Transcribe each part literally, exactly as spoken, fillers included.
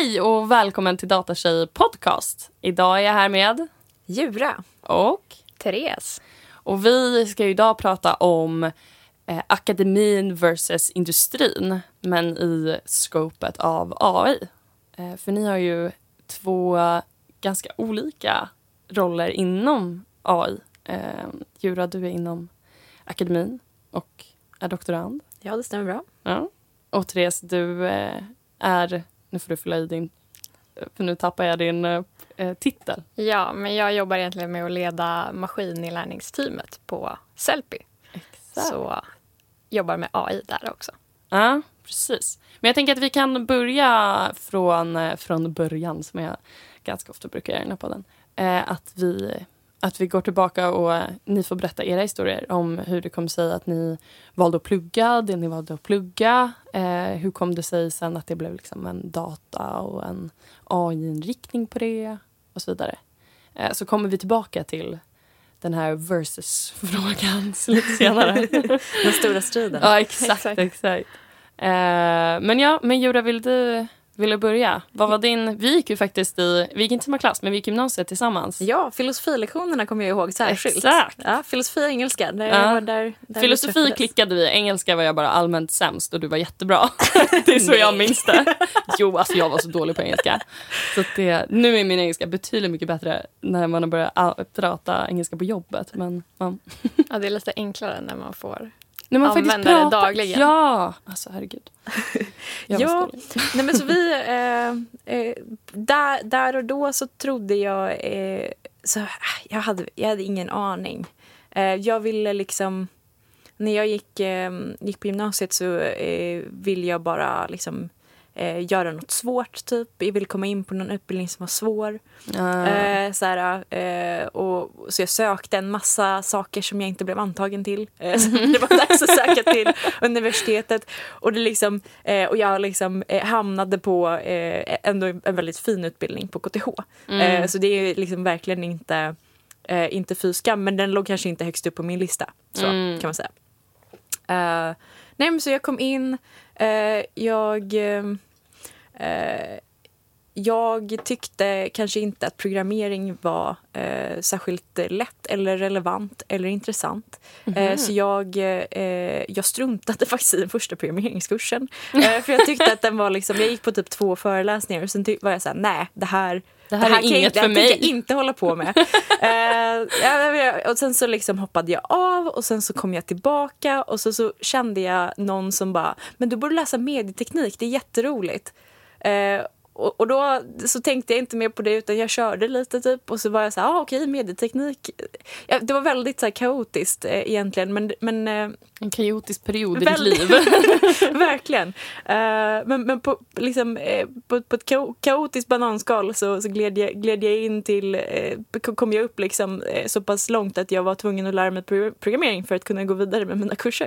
Hej och välkommen till Datatjej podcast. Idag är jag här med Jura och Therese. Och vi ska idag prata om eh, akademin versus industrin, men i skopet av A I. Eh, för ni har ju två ganska olika roller inom A I. Eh, Jura, du är inom akademin och är doktorand. Ja, det stämmer bra. Ja. Och Therese, du eh, är... Nu får du fylla i din... För nu tappar jag din eh, titel. Ja, men jag jobbar egentligen med att leda maskininlärningsteamet på Sellpy. Exakt. Så jobbar med A I där också. Ja, precis. Men jag tänker att vi kan börja från, eh, från början, som jag ganska ofta brukar göra på den. Eh, att, vi, att vi går tillbaka och eh, ni får berätta era historier om hur det kom sig att ni valde att plugga, det ni valde att plugga. Eh, hur kom det sig sen att det blev liksom en data och en A I-inriktning på det och så vidare. Eh, så kommer vi tillbaka till den här versus-frågan lite senare. Den stora striden. Ja, exakt, exakt. Exakt. Eh, men ja, men Jura, vill du, vill du börja? Vad var din... Vi gick ju faktiskt i... Vi gick inte samma klass, men vi gick gymnasiet tillsammans. Ja, filosofilektionerna kommer jag ihåg särskilt. Exakt. Ja, filosofi och engelska. Där Ja. var där, där Filosofi klickade vi. Engelska var jag bara allmänt sämst och du var jättebra. Det är så jag minns det. Jo, alltså jag var så dålig på engelska. Så att det, nu är min engelska betydligt mycket bättre när man har börjat prata engelska på jobbet. Men man... Ja, det är lite enklare när man får När man använda faktiskt det pratar. dagligen. Ja, alltså herregud. Jag var Ja, så dålig. nej, men så vi... Eh, eh, där, där och då så trodde jag... Eh, så, jag, hade, jag hade ingen aning. Eh, jag ville liksom... När jag gick, eh, gick på gymnasiet så eh, ville jag bara liksom... Eh, göra något svårt, typ. Jag ville komma in på någon utbildning som var svår. Ah. Eh, såhär, eh, och, så jag sökte en massa saker som jag inte blev antagen till. Eh, så det var dags att söka till universitetet. Och, det liksom, eh, och jag liksom, eh, hamnade på eh, ändå en väldigt fin utbildning på K T H. Mm. Eh, så det är liksom verkligen inte, eh, inte fy skam, men den låg kanske inte högst upp på min lista. Så Mm. kan man säga. Eh, nej, men så jag kom in. Eh, jag... Eh, jag tyckte kanske inte att programmering var eh, särskilt lätt eller relevant eller intressant. Mm-hmm. Eh, så jag, eh, jag struntade faktiskt i den första programmeringskursen. Eh, för jag tyckte att den var liksom... Jag gick på typ två föreläsningar och sen ty- var jag så här: nej, det här... Det här, det här är inget jag, för det mig. Jag inte hålla på med. eh, ja, och sen så liksom hoppade jag av och sen så kom jag tillbaka och så, så kände jag någon som bara, men du borde läsa medieteknik, det är jätteroligt. Eh, och, och då så tänkte jag inte mer på det utan jag körde lite typ och så var jag så här, ah, okej, medieteknik. Ja, det var väldigt så här kaotiskt eh, egentligen, men, men eh, en kaotisk period i väldigt, ditt liv. verkligen. Uh, men men på, liksom, eh, på, på ett ka- kaotiskt bananskal så, så gled, jag, gled jag in till, eh, kom jag upp liksom, eh, så pass långt att jag var tvungen att lära mig pro- programmering för att kunna gå vidare med mina kurser.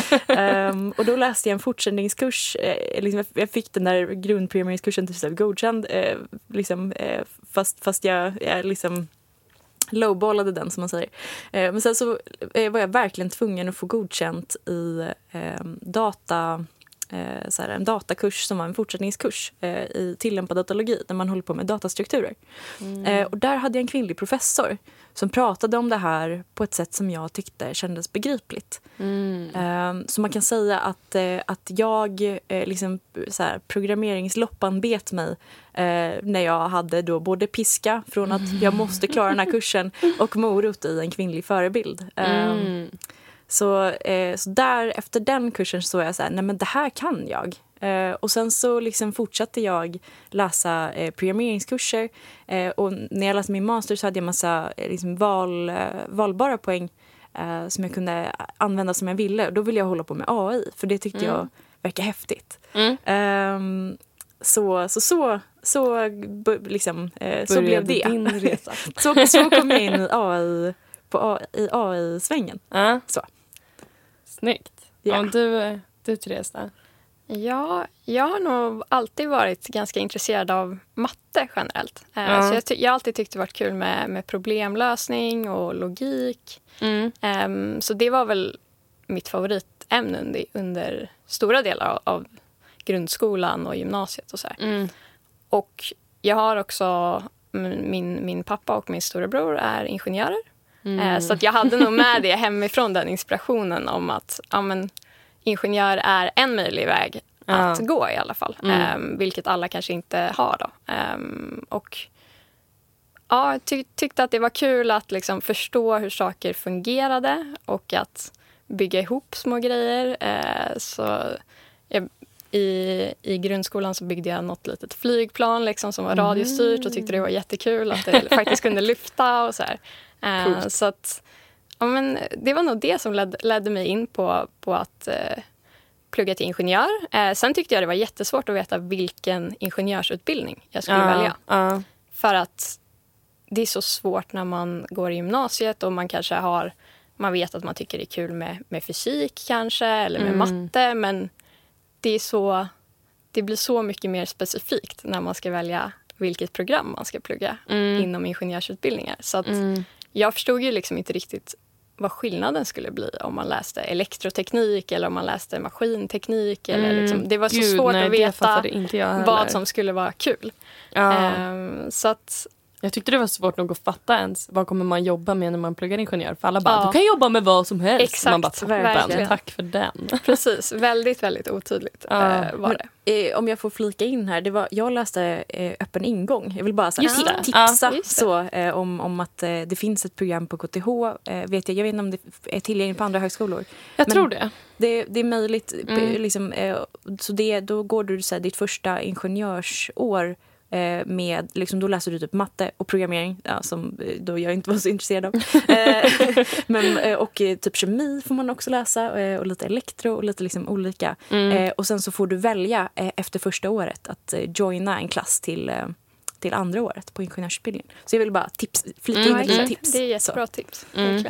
um, och då läste jag en fortsättningskurs. Eh, liksom, jag, jag fick den där grundprogrammeringskursen till sig godkänd, eh, liksom, eh, fast, fast jag, jag liksom lowballade den, som man säger. Eh, men sen så eh, var jag verkligen tvungen att få godkänt i eh, data, eh, så här, en datakurs som var en fortsättningskurs eh, i tillämpad datalogi där man håller på med datastrukturer. Mm. Eh, och där hade jag en kvinnlig professor som pratade om det här på ett sätt som jag tyckte kändes begripligt. Mm. Eh, så man kan säga att, eh, att jag eh, liksom, så här, programmeringsloppan bet mig Eh, när jag hade då både piska från att jag måste klara den här kursen och morot i en kvinnlig förebild. Eh, Mm. så, eh, så där, efter den kursen så var jag så här, nej men det här kan jag. Eh, och sen så liksom fortsatte jag läsa eh, programmeringskurser. Eh, och när jag läste min master så hade jag massa eh, liksom val, eh, valbara poäng eh, som jag kunde använda som jag ville. Och då ville jag hålla på med A I, för det tyckte Mm. jag verkar häftigt. Mm. Eh, Så, så, så, så, liksom, eh, så blev det. Din resa. så, så kom jag in i A I, på A I, i A I-svängen. Ja. Så. Snyggt. Ja. Och du, du Therese då? Ja, jag har nog alltid varit ganska intresserad av matte generellt. Eh, Ja. Så jag, ty- jag har alltid tyckt det varit kul med, med problemlösning och logik. Mm. Ehm, så det var väl mitt favoritämne under, under stora delar av, av grundskolan och gymnasiet och så här. Mm. och jag har också, min, min pappa och min storebror är ingenjörer. Mm. Eh, så att jag hade nog med det hemifrån, den inspirationen om att ja, men, ingenjör är en möjlig väg att ja. gå i alla fall. Mm. Eh, vilket alla kanske inte har då. Eh, och ja, jag ty- tyckte att det var kul att liksom förstå hur saker fungerade och att bygga ihop små grejer. Eh, så jag, i, I grundskolan så byggde jag något litet flygplan liksom, som var radiostyrt och tyckte det var jättekul att det faktiskt kunde lyfta och så här. Eh, så att, ja, men det var nog det som led, ledde mig in på, på att eh, plugga till ingenjör. Eh, sen tyckte jag det var jättesvårt att veta vilken ingenjörsutbildning jag skulle uh, välja. Uh. För att det är så svårt när man går i gymnasiet och man kanske har, man vet att man tycker det är kul med, med fysik kanske eller med mm. matte, men det är så, det blir så mycket mer specifikt när man ska välja vilket program man ska plugga mm. inom ingenjörsutbildningar. Så att mm. jag förstod ju liksom inte riktigt vad skillnaden skulle bli om man läste elektroteknik eller om man läste maskinteknik. Eller mm. liksom, det var så Gud, svårt nej, att veta inte vad som skulle vara kul. Ja. Um, så att jag tyckte det var svårt nog att fatta ens vad kommer man jobba med när man pluggar ingenjör. För alla bara, ja. du kan jobba med vad som helst. Exakt, man bara, verkligen. Tack för den. Precis, väldigt, väldigt otydligt ja. eh, var det. Men, eh, om jag får flika in här, det var, jag läste eh, öppen ingång. Jag vill bara så här, just t- tipsa ja, så, eh, om, om att eh, det finns ett program på K T H. Eh, vet jag, jag vet inte om det är tillgängligt på andra högskolor. Jag Men tror det. Det, det är möjligt. Mm. Liksom, eh, så det, då går du så här, ditt första ingenjörsår med, liksom, då läser du typ matte och programmering, ja, som då jag inte var så intresserad av. Men, och typ kemi får man också läsa och lite elektro och lite liksom olika. Mm. Och sen så får du välja efter första året att joina en klass till, till andra året på ingenjörsutbildningen. Så jag vill bara tips, flika in mm. lite tips. Det är jättebra så. tips. Mm.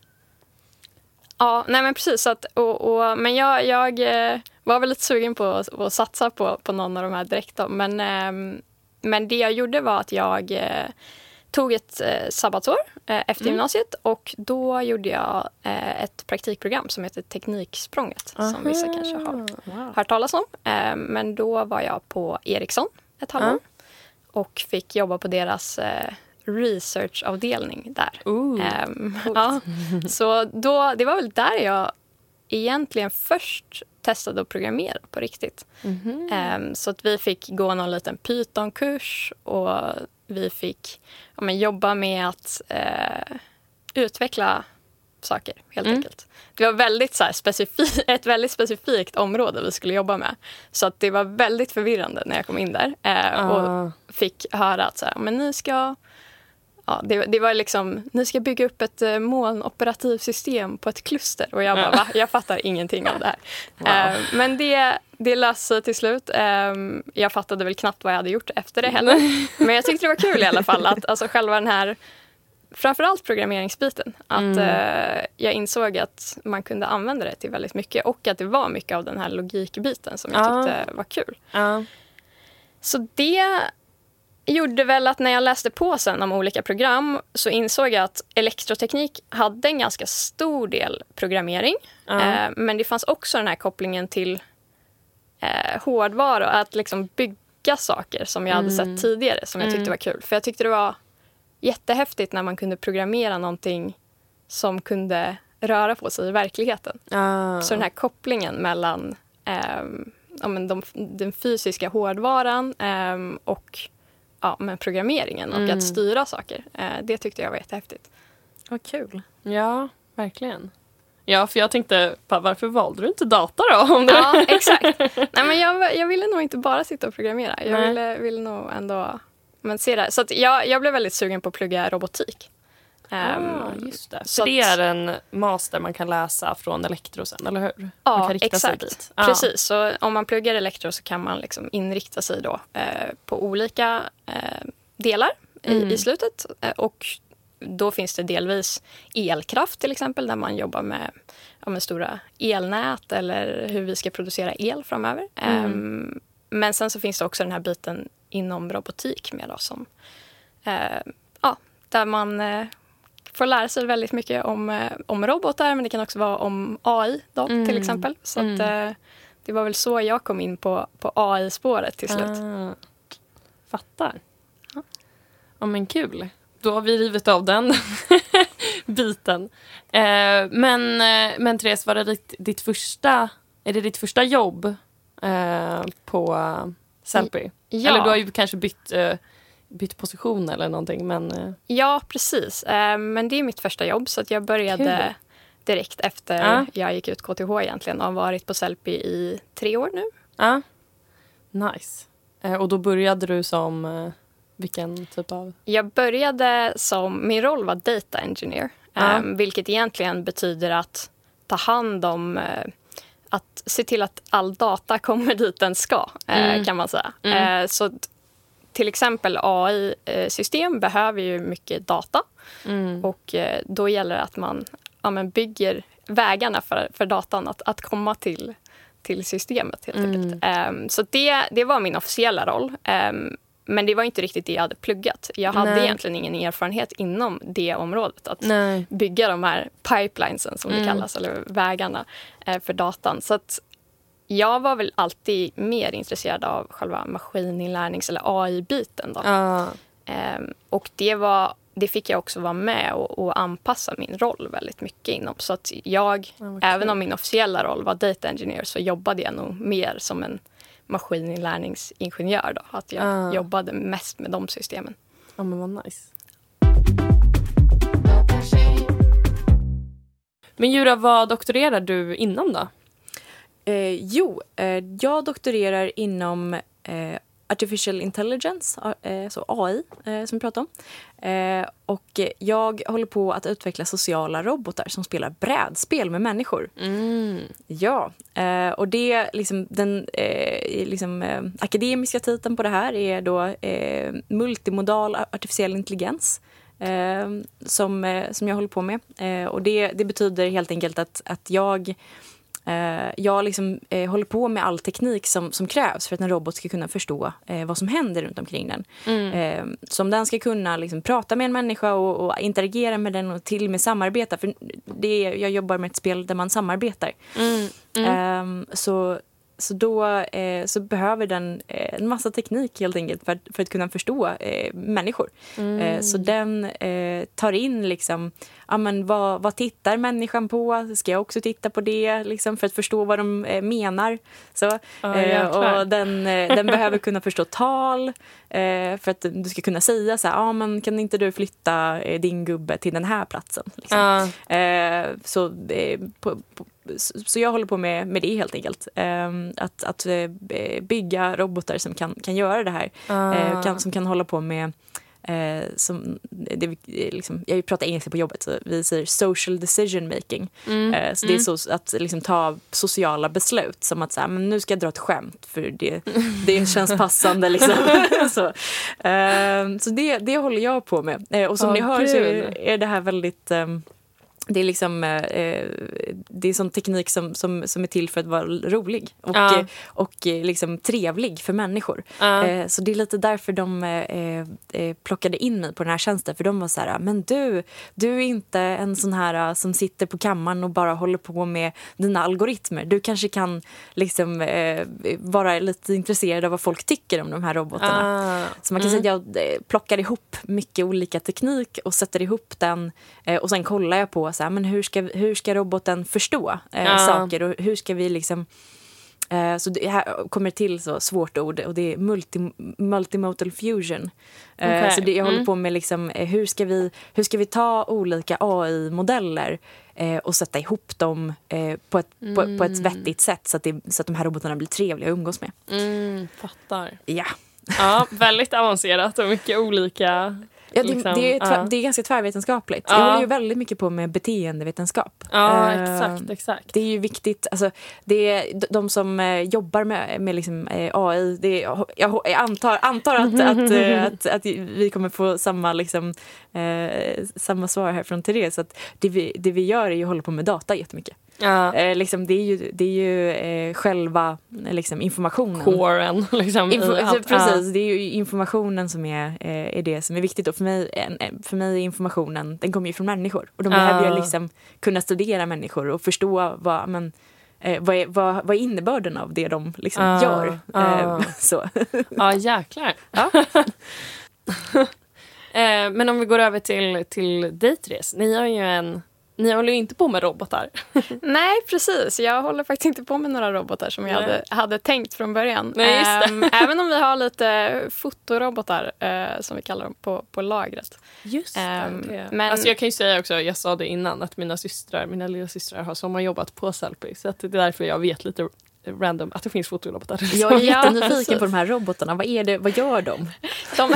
Ja, nej men precis. Att, och, och, men jag, jag var väl lite sugen på att, att satsa på, på någon av de här direkt då, men Men det jag gjorde var att jag eh, tog ett eh, sabbatsår eh, efter mm. gymnasiet och då gjorde jag eh, ett praktikprogram som heter Tekniksprånget. Aha. Som vissa kanske har wow. hört talas om. Eh, men då var jag på Ericsson ett halvår uh. och fick jobba på deras eh, researchavdelning där. Eh, ja. Så då, det var väl där jag egentligen först testade att programmera på riktigt. Mm-hmm. Um, så att vi fick gå någon liten Python-kurs och vi fick ja, men, jobba med att uh, utveckla saker, helt mm. enkelt. Det var väldigt, så här, specifi- ett väldigt specifikt område vi skulle jobba med. Så att det var väldigt förvirrande när jag kom in där uh, uh. och fick höra att så här, men ni ska... Ja, det, det var liksom, ni ska bygga upp ett uh, molnoperativsystem på ett kluster. Och jag bara, va? Jag fattar ingenting av det här. Wow. Uh, men det, det löste sig till slut. Um, jag fattade väl knappt vad jag hade gjort efter det heller. Men jag tyckte det var kul i alla fall. Att, alltså själva den här, framförallt programmeringsbiten. Att mm. uh, jag insåg att man kunde använda det till väldigt mycket. Och att det var mycket av den här logikbiten som jag tyckte uh. var kul. Uh. Så det... gjorde väl att när jag läste på sen om olika program så insåg jag att elektroteknik hade en ganska stor del programmering. Uh. Eh, men det fanns också den här kopplingen till eh, hårdvara och att liksom bygga saker som jag hade mm. sett tidigare som jag tyckte mm. var kul. För jag tyckte det var jättehäftigt när man kunde programmera någonting som kunde röra på sig i verkligheten. Uh. Så den här kopplingen mellan eh, ja, men de, den fysiska hårdvaran eh, och ja, men programmeringen och mm. att styra saker. Eh, det tyckte jag var jättehäftigt. Vad kul. Ja, verkligen. Ja, för jag tänkte, varför valde du inte data då? Om du... Ja, exakt. Nej, men jag, jag ville nog inte bara sitta och programmera. Jag ville, ville nog ändå men, se det här. Så att jag, jag blev väldigt sugen på att plugga robotik. Um, ah, just det. Så det är en master man kan läsa från elektro sen, eller hur? Ja, man kan rikta exakt. Sig dit. Precis. Ah. Så om man pluggar elektro så kan man liksom inrikta sig då eh, på olika eh, delar mm. i, i slutet. Eh, och då finns det delvis elkraft till exempel, där man jobbar med, ja, med stora elnät eller hur vi ska producera el framöver. Mm. Um, men sen så finns det också den här biten inom robotik med då, som eh, ja, där man eh, får lära sig väldigt mycket om, eh, om robotar, men det kan också vara om A I då, mm. till exempel. Så mm. att, eh, det var väl så jag kom in på, på A I-spåret till slut. Ah. Fattar. Ja. Ja, men kul. Då har vi rivit av den biten. Eh, men, men Therese, var det ditt, ditt första, är det ditt första jobb eh, på Sellpy? Ja. Eller du har ju kanske bytt, eh, bytt position eller någonting. Men, eh. Ja, precis. Eh, men det är mitt första jobb, så att jag började Kul. direkt efter Ja. jag gick ut K T H egentligen och har varit på Sellpy i tre år nu. Ja. Nice. Eh, och då började du som... Eh, vilken typ av... Jag började som... Min roll var data engineer. Ja. Eh, vilket egentligen betyder att ta hand om... Eh, att se till att all data kommer dit den ska, eh, Mm. kan man säga. Mm. Eh, så att, till exempel A I-system behöver ju mycket data. Mm. Och eh, då gäller det att man ja, men bygger vägarna för, för datan att, att komma till, till systemet helt Mm. enkelt. Um, så det, det var min officiella roll. Um, men det var inte riktigt det jag hade pluggat. Jag hade Nej. egentligen ingen erfarenhet inom det området. Att Nej. bygga de här pipelinesen som Mm. det kallas, eller vägarna eh, för datan. Så att jag var väl alltid mer intresserad av själva maskininlärnings- eller A I-biten då. Ja. Um, och det var det fick jag också vara med och, och anpassa min roll väldigt mycket inom. Så att jag, Ja, vad även kul. om min officiella roll var data engineer, så jobbade jag nog mer som en maskininlärningsingenjör då. Att jag Ah. jobbade mest med de systemen. Ja, men vad nice. Men Jura, vad doktorerar du inom då? Eh, jo, eh, jag doktorerar inom eh, Artificial Intelligence, eh, så A I eh, som vi pratade om. Eh, och jag håller på att utveckla sociala robotar som spelar brädspel med människor. Mm. Ja, eh, och det liksom den eh, liksom, eh, akademiska titeln på det här är då eh, multimodal artificiell intelligens. Eh, som, eh, som jag håller på med. Eh, och det, det betyder helt enkelt att, att jag Eh, jag liksom, eh, håller på med all teknik som, som krävs för att en robot ska kunna förstå eh, vad som händer runt omkring den. Mm. Eh, som den ska kunna liksom, prata med en människa och, och interagera med den och till och med samarbeta. För det är, jag jobbar med ett spel där man samarbetar. Mm. Mm. Eh, så, så då eh, så behöver den eh, en massa teknik helt enkelt för att, för att kunna förstå eh, människor. Mm. Eh, så den eh, tar in liksom, ja, men vad, vad tittar människan på? Ska jag också titta på det liksom, för att förstå vad de eh, menar? Så, Ja, eh, jäklar. och den, eh, den behöver kunna förstå tal eh, för att du ska kunna säga så här, ja, men kan inte du flytta eh, din gubbe till den här platsen? Liksom. Ja. Eh, så, eh, på, på, så jag håller på med, med det helt enkelt. Eh, att att eh, bygga robotar som kan, kan göra det här. Ah. Eh, kan, som kan hålla på med Eh, som, det, liksom, jag pratar engelska på jobbet, så vi säger social decision making. Mm. Eh, så det är så att liksom, ta sociala beslut, som att så här, men nu ska jag dra ett skämt för det, det känns passande liksom. så eh, så det, det håller jag på med. Eh, och som Oh, ni hör så gud. är, är det här väldigt eh, det är liksom eh, det är sån teknik som, som, som är till för att vara rolig och, Ja. eh, och eh, liksom trevlig för människor. Ja. Eh, så det är lite därför de eh, eh, plockade in mig på den här tjänsten. För de var så här, men du, du är inte en sån här uh, som sitter på kammaren och bara håller på med dina algoritmer. Du kanske kan liksom eh, vara lite intresserad av vad folk tycker om de här robotarna. Ah. Så man kan Mm. säga att jag eh, plockar ihop mycket olika teknik och sätter ihop den eh, och sen kollar jag på så här, men hur ska, hur ska roboten förstå eh, Ja. saker och hur ska vi liksom eh, så det här kommer till så svårt ord och det är multi, multimodal fusion. Eh, Okej. Så det, jag håller Mm. på med liksom, eh, hur ska vi hur ska vi ta olika A I-modeller eh, och sätta ihop dem eh, på, ett, på, på ett vettigt sätt så att, det, så att de här robotarna blir trevliga att umgås med. Mm, fattar. Ja. Ja, väldigt avancerat och mycket olika. Ja, det, liksom, det, är tvär, ja. det är ganska tvärvetenskapligt. Ja. Jag håller ju väldigt mycket på med beteendevetenskap. Ja, Eh, exakt, exakt. Det är ju viktigt, alltså, det är de- de som eh, jobbar med, med liksom, eh, A I, det är, jag, jag antar, antar att, att, eh, att, att vi kommer få samma, liksom, eh, samma svar här från Therese. Att det, vi, det vi gör är ju att hålla på med data jättemycket. Ja. Eh, liksom, det är ju, det är ju eh, själva eh, liksom, informationen. Coren, liksom. Info, i alltså, allt. precis, det är ju informationen som är, eh, är det som är viktigt. Och för mig, en, en- för mig är informationen, den kommer ju från människor. Och då Ja. behöver jag liksom kunna studera människor och förstå vad, men, eh, vad, är, vad, vad är innebörden av det de liksom Ah, gör. ah. Eh, så. Ja, jäklar. Ja. eh, men om vi går över till, till Daytres. Ni har ju en... Ni håller ju inte på med robotar. Nej, precis. Jag håller faktiskt inte på med några robotar som jag hade, hade tänkt från början. Nej, just det. Äm, även om vi har lite fotorobotar, äh, som vi kallar dem, på, på lagret. Just Äm, det. men- Alltså jag kan ju säga också, jag sa det innan, att mina systrar, mina lilla systrar har sommarjobbat på Sellpy. Så att det är därför jag vet lite random att det finns fotorobotar. Jag är Ja, jättenyfiken precis. på de här robotarna. Vad, är det, vad gör de? De,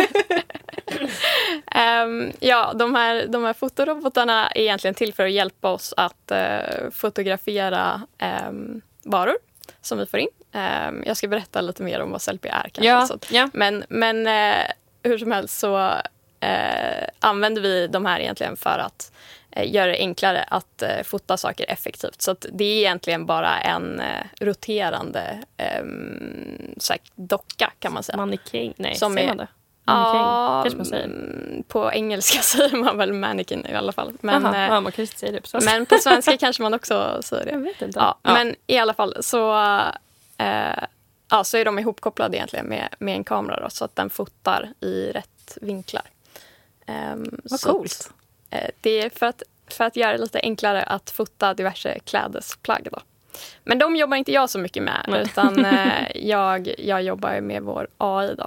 Äm, ja, de här, de här fotorobotarna är egentligen till för att hjälpa oss att äh, fotografera äm, varor som vi får in. Äm, jag ska berätta lite mer om vad Sellpy är kanske. Ja, Så att, ja. Men, men eh, hur som helst så eh, använder vi de här egentligen för att eh, göra det enklare att eh, fota saker effektivt. Så att det är egentligen bara en eh, roterande eh, så här, docka kan man säga. Mannequin, nej, Som säger är- man det? Mannequin, Ja, kanske man säger. mm, på engelska säger man väl mannequin i alla fall. Men, Aha, eh, ja, man kanske inte säger det på svenska. men på svenska kanske man också säger det. Jag vet inte. Ja, men i alla fall så, eh, ja, så är de ihopkopplade egentligen med, med en kamera då, så att den fotar i rätt vinklar. Um, Vad så coolt. Att, eh, det är för att, för att göra det lite enklare att fota diverse klädesplagg. Då. Men de jobbar inte jag så mycket med, Nej. utan eh, jag, jag jobbar med vår A I. Då.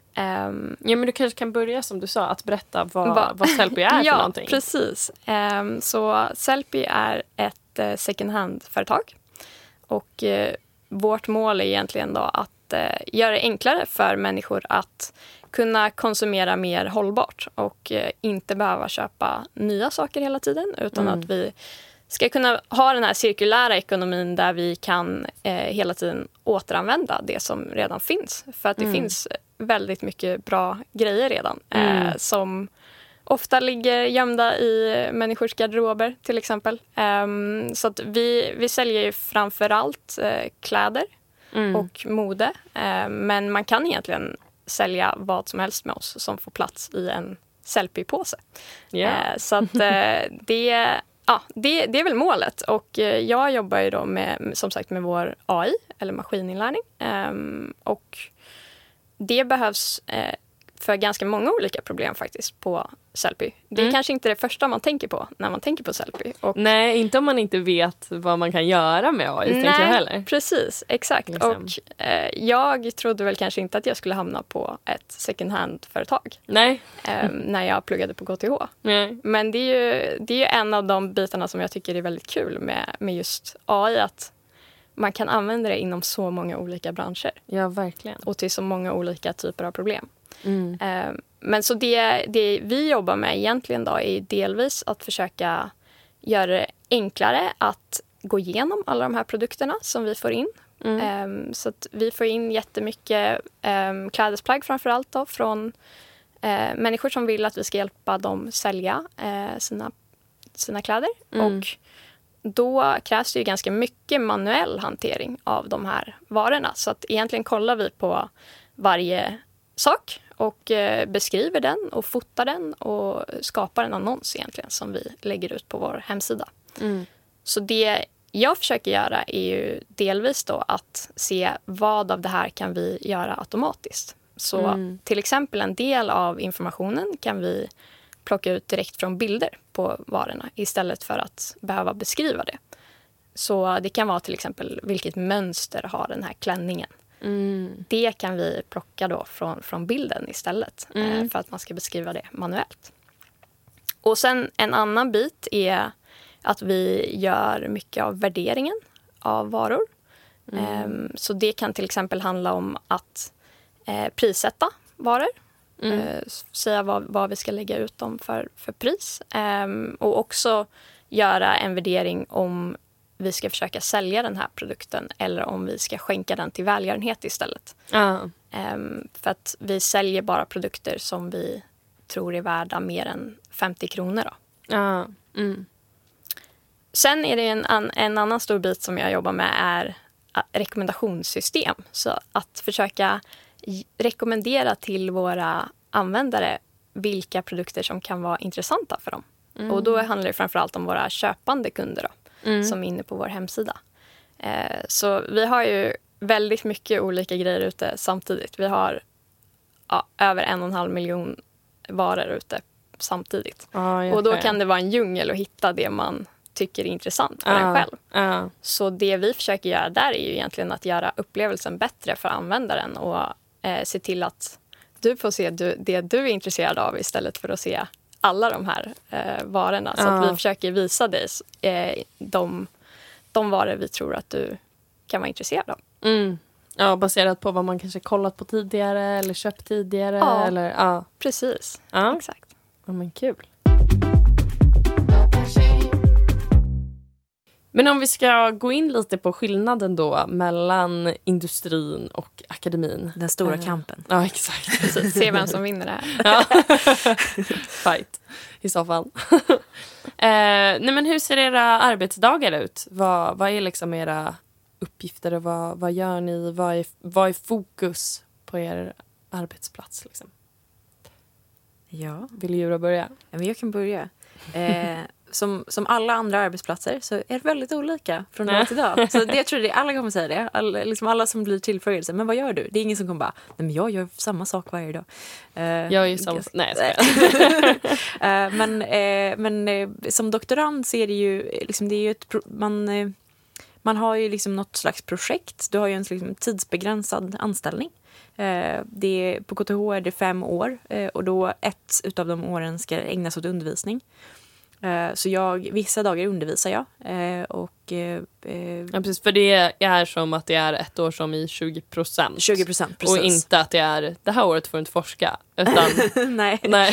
Um, Ja, men du kanske kan börja som du sa, att berätta vad, Va- vad Sellpy är ja, för någonting. precis. Um, så Sellpy är ett uh, second hand-företag. Och uh, vårt mål är egentligen då att uh, göra det enklare för människor att kunna konsumera mer hållbart och uh, inte behöva köpa nya saker hela tiden, utan Mm. att vi ska kunna ha den här cirkulära ekonomin där vi kan eh, hela tiden återanvända det som redan finns. För att det Mm. finns väldigt mycket bra grejer redan Mm. eh, som ofta ligger gömda i människors garderober till exempel. Um, så att vi, vi säljer ju framför allt eh, kläder Mm. och mode. Eh, men man kan egentligen sälja vad som helst med oss som får plats i en Sellpy-påse. Ja. Eh, så att eh, det, ja, det, det är väl målet. Och eh, jag jobbar ju då med, som sagt, med vår A I, eller maskininlärning. Ehm, och det behövs eh, för ganska många olika problem faktiskt på Sellpy. Det är Mm. kanske inte det första man tänker på när man tänker på Sellpy. Och Nej, inte om man inte vet vad man kan göra med A I, tänker jag heller. precis. Exakt. Liksom. Och eh, jag trodde väl kanske inte att jag skulle hamna på ett second hand-företag Nej. eh, när jag pluggade på K T H. Nej. Men det är ju, det är ju en av de bitarna som jag tycker är väldigt kul med, med just A I. Att man kan använda det inom så många olika branscher Ja, verkligen. och till så många olika typer av problem. Mm. Eh, men så det, det vi jobbar med egentligen då är delvis att försöka göra det enklare att gå igenom alla de här produkterna som vi får in. Mm. Eh, så att vi får in jättemycket eh, klädesplagg framför allt då, från eh, människor som vill att vi ska hjälpa dem sälja eh, sina, sina kläder. Mm. Och då krävs det ju ganska mycket manuell hantering av de här varorna. Så att egentligen kollar vi på varje sak och eh, beskriver den och fotar den och skapar en annons egentligen som vi lägger ut på vår hemsida. Mm. Så det jag försöker göra är ju delvis då att se vad av det här kan vi göra automatiskt. Så Mm. till exempel en del av informationen kan vi plocka ut direkt från bilder på varorna istället för att behöva beskriva det. Så det kan vara till exempel vilket mönster har den här klänningen. Mm. Det kan vi plocka då från, från bilden istället Mm. eh, för att man ska beskriva det manuellt. Och sen en annan bit är att vi gör mycket av värderingen av varor. Mm. Ehm, så det kan till exempel handla om att eh, prissätta varor. Mm. Eh, säga vad, vad vi ska lägga ut dem för, för pris. Ehm, och också göra en värdering om vi ska försöka sälja den här produkten eller om vi ska skänka den till välgörenhet istället. Ja. Ehm, för att vi säljer bara produkter som vi tror är värda mer än femtio kronor. Då. Ja. Mm. Sen är det en, an, en annan stor bit som jag jobbar med är a- rekommendationssystem. Så att försöka j- rekommendera till våra användare vilka produkter som kan vara intressanta för dem. Mm. Och då handlar det framförallt om våra köpande kunder då, Mm. som är inne på vår hemsida. Eh, så vi har ju väldigt mycket olika grejer ute samtidigt. Vi har ja, över en och en halv miljon varor ute samtidigt. Ah, och då kan det vara en djungel att hitta det man tycker är intressant för ah, en själv. Ah. Så det vi försöker göra där är ju egentligen att göra upplevelsen bättre för användaren och eh, se till att du får se du, det du är intresserad av istället för att se alla de här eh, varorna. Så ah. att vi försöker visa dig eh, de, de varor vi tror att du kan vara intresserad av. Mm. Ja, baserat på vad man kanske kollat på tidigare eller köpt tidigare. Ja, eller, ja. precis. Ja. Exakt. Ja, men kul. Men om vi ska gå in lite på skillnaden då mellan industrin och akademin. Den stora uh, kampen. Ja, exakt. Precis. Se vem som vinner det här. Ja. Fight, i så fall. uh, nej, men hur ser era arbetsdagar ut? Vad, vad är liksom era uppgifter och vad, vad gör ni? Vad är, vad är fokus på er arbetsplats? Liksom? Ja. Vill Jura börja? Ja, men jag kan börja. Eh, som, som alla andra arbetsplatser så är det väldigt olika från dag till dag. Så det, jag tror det, alla kommer säga det. Alla, liksom alla som blir tillfrågade. Men vad gör du? Det är ingen som kommer bara, nej men jag gör samma sak varje dag. Eh, jag är ju samma... Nej, jag eh, Men, eh, men eh, som doktorand så är det ju, liksom, det är ju ett... Pro- man, eh, man har ju liksom något slags projekt. Du har ju en liksom, tidsbegränsad anställning. Eh, det är, på K T H är det fem år eh, och då ett utav de åren ska ägnas åt undervisning. Eh, så jag, vissa dagar undervisar jag. Eh, och, eh, ja, precis, för det är som att det är ett år som i tjugo procent. tjugo procent, precis. Och inte att det är, det här året får du inte forska. Utan, nej. nej.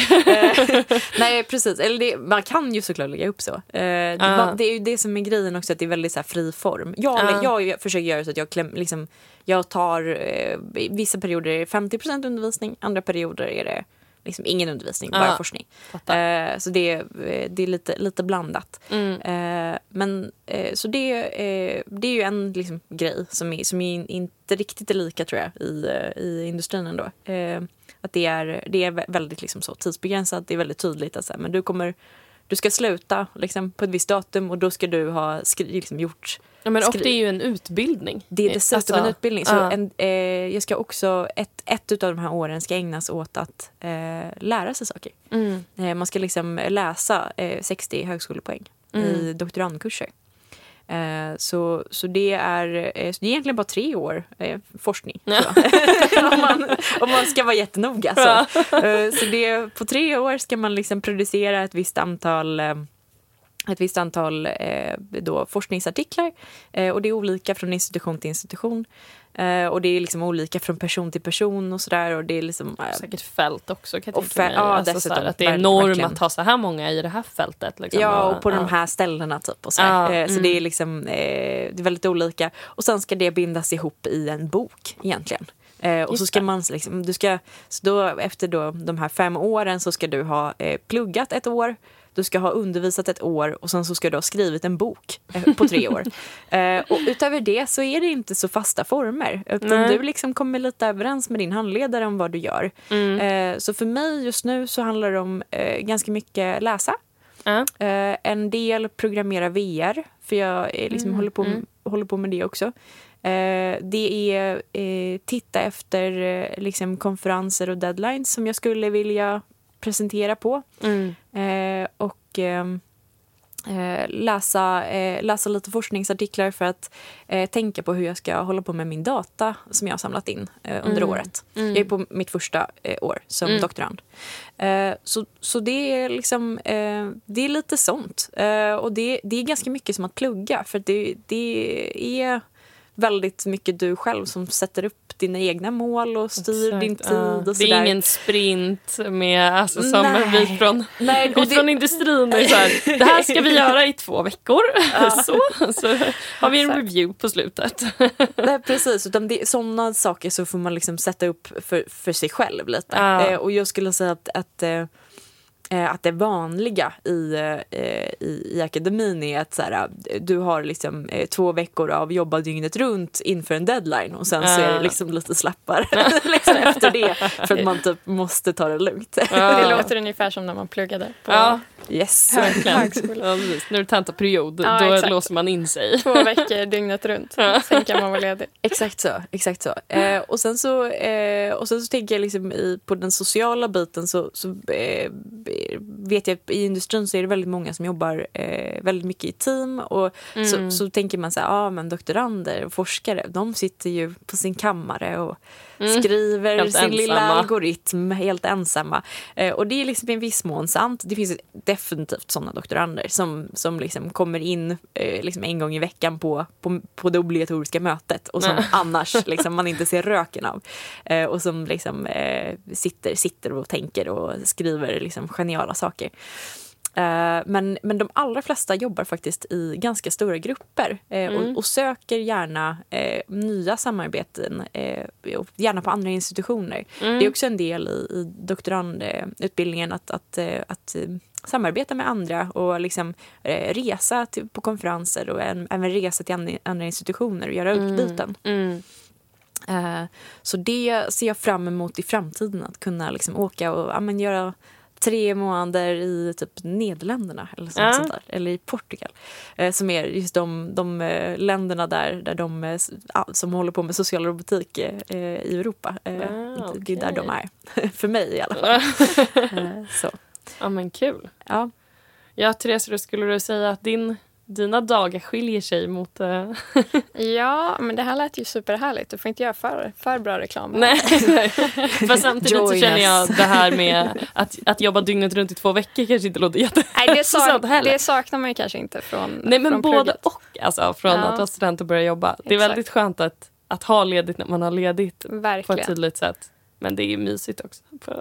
nej, precis. Eller det, man kan ju såklart lägga upp så. Eh, ah. man, det är ju det som är grejen också, att det är väldigt så här, fri form. Jag, ah. jag, jag försöker göra så att jag, kläm, liksom, jag tar, eh, vissa perioder är det femtio procent undervisning, andra perioder är det liksom ingen undervisning, bara ah. forskning. Eh, så det, det är lite, lite blandat. Mm. Eh, men, eh, så det, eh, det är ju en liksom, grej som, är, som är inte riktigt är lika, tror jag, i, i industrin ändå. Eh, att det är, det är väldigt liksom, så, tidsbegränsat, det är väldigt tydligt att så här, men du kommer... Du ska sluta liksom, på ett visst datum och då ska du ha skri- liksom, gjort... Ja, men skri- ofta är ju en utbildning. Det är dessutom alltså, en utbildning. Så uh. en, eh, jag ska också, ett, ett av de här åren ska ägnas åt att eh, lära sig saker. Mm. Eh, man ska liksom läsa eh, sextio högskolepoäng mm. i doktorandkurser. Eh, så, så, det är, eh, så det är egentligen bara tre år eh, forskning. Ja. om, man, om man ska vara jättenoga. Så, eh, så det, på tre år ska man liksom producera ett visst antal... Eh, ett visst antal eh, då, forskningsartiklar. Eh, och det är olika från institution till institution. Eh, och det är liksom olika från person till person och sådär. Och det är liksom... Eh, säkert fält också, kan jag och tänka mig. Fä- ja, alltså, dessutom, såhär, att det är norm verkligen. Att ha så här många i det här fältet. Liksom. Ja, och på ja. de här ställena typ. Och så ja, eh, så mm. det är liksom eh, det är väldigt olika. Och sen ska det bindas ihop i en bok egentligen. Eh, och så ska man liksom, du ska, så då, efter då, de här fem åren så ska du ha eh, pluggat ett år. Du ska ha undervisat ett år och sen så ska du ha skrivit en bok eh, på tre år. eh, och utöver det så är det inte så fasta former. Utan Nej. du liksom kommer lite överens med din handledare om vad du gör. Mm. Eh, så för mig just nu så handlar det om eh, ganska mycket läsa. Uh. Eh, en del programmera V R, för jag eh, liksom Mm. håller, på, Mm. håller på med det också. Eh, det är eh, titta efter eh, liksom konferenser och deadlines som jag skulle vilja presentera på. Mm. Eh, och eh, eh, läsa, eh, läsa lite forskningsartiklar för att eh, tänka på hur jag ska hålla på med min data som jag har samlat in eh, under Mm. året. Mm. Jag är på mitt första eh, år som Mm. doktorand. Eh, så, så det är liksom eh, det är lite sånt. Eh, och det, det är ganska mycket som att plugga, för det, det är väldigt mycket du själv som sätter upp dina egna mål och styr Exakt, din tid ja. och Det sådär. är ingen sprint med, alltså, som Nej. vi från, Nej, och vi det- från industrin är så här, det här ska vi göra i två veckor. Ja. så, så har vi en Exakt. review på slutet. Nej, precis. Utan det, sådana saker så får man liksom sätta upp för, för sig själv lite. Ja. Eh, och jag skulle säga att, att eh, att det vanliga i, i, i akademin är att så här, du har liksom två veckor av jobba dygnet runt inför en deadline och sen så är det liksom lite slappare liksom efter det för att man typ måste ta det lugnt. Det låter ungefär som när man pluggade på ja. Yes. högskolan. Ja, nu är det tentaperiod, ja, då exakt. låser man in sig. Två veckor dygnet runt, Ja. sen kan man vara ledig. Exakt så, exakt så. Eh, och, sen så eh, och sen så tänker jag liksom i, på den sociala biten så, så eh, vet jag i industrin så är det väldigt många som jobbar eh, väldigt mycket i team och mm. så, så tänker man så här, ja ah, men doktorander och forskare, de sitter ju på sin kammare och mm. skriver helt sin ensamma. lilla algoritm helt ensamma. Eh, och det är liksom i viss mån sant. Det finns definitivt sådana doktorander som, som liksom kommer in eh, liksom en gång i veckan på, på, på det obligatoriska mötet och som mm. annars liksom, man inte ser röken av. Eh, och som liksom, eh, sitter, sitter och tänker och skriver liksom, geniala saker. Uh, men, men de allra flesta jobbar faktiskt i ganska stora grupper uh, mm. och, och söker gärna uh, nya samarbeten, uh, och gärna på andra institutioner. Mm. Det är också en del i, i doktorandutbildningen att, att, uh, att uh, samarbeta med andra och liksom, uh, resa till, på konferenser och en, även resa till andra, andra institutioner och göra mm. utbyten. Mm. Uh, så det ser jag fram emot i framtiden, att kunna liksom, åka och ja, men, göra tre månader i typ Nederländerna eller sånt, ja. sånt där, eller i Portugal eh, som är just de, de eh, länderna där, där de eh, som håller på med social robotik eh, i Europa. Eh, ah, okay. Det är där de är. För mig i alla fall. eh, så. Ja, men kul. Ja, ja Therese, då skulle du säga att din dina dagar skiljer sig mot... Uh... ja, men det här lät ju superhärligt. Du får inte göra för, för bra reklam. Nej, för samtidigt Join så känner jag us. det här med att, att jobba dygnet runt i två veckor kanske inte låter jätte... Nej, det, sak, det saknar man ju kanske inte från Nej, men från både plugget. och. Alltså, från ja. att vara student och börja jobba. Det är Exakt. väldigt skönt att, att ha ledigt när man har ledigt. Verkligen. På ett tydligt sätt. Men det är ju mysigt också.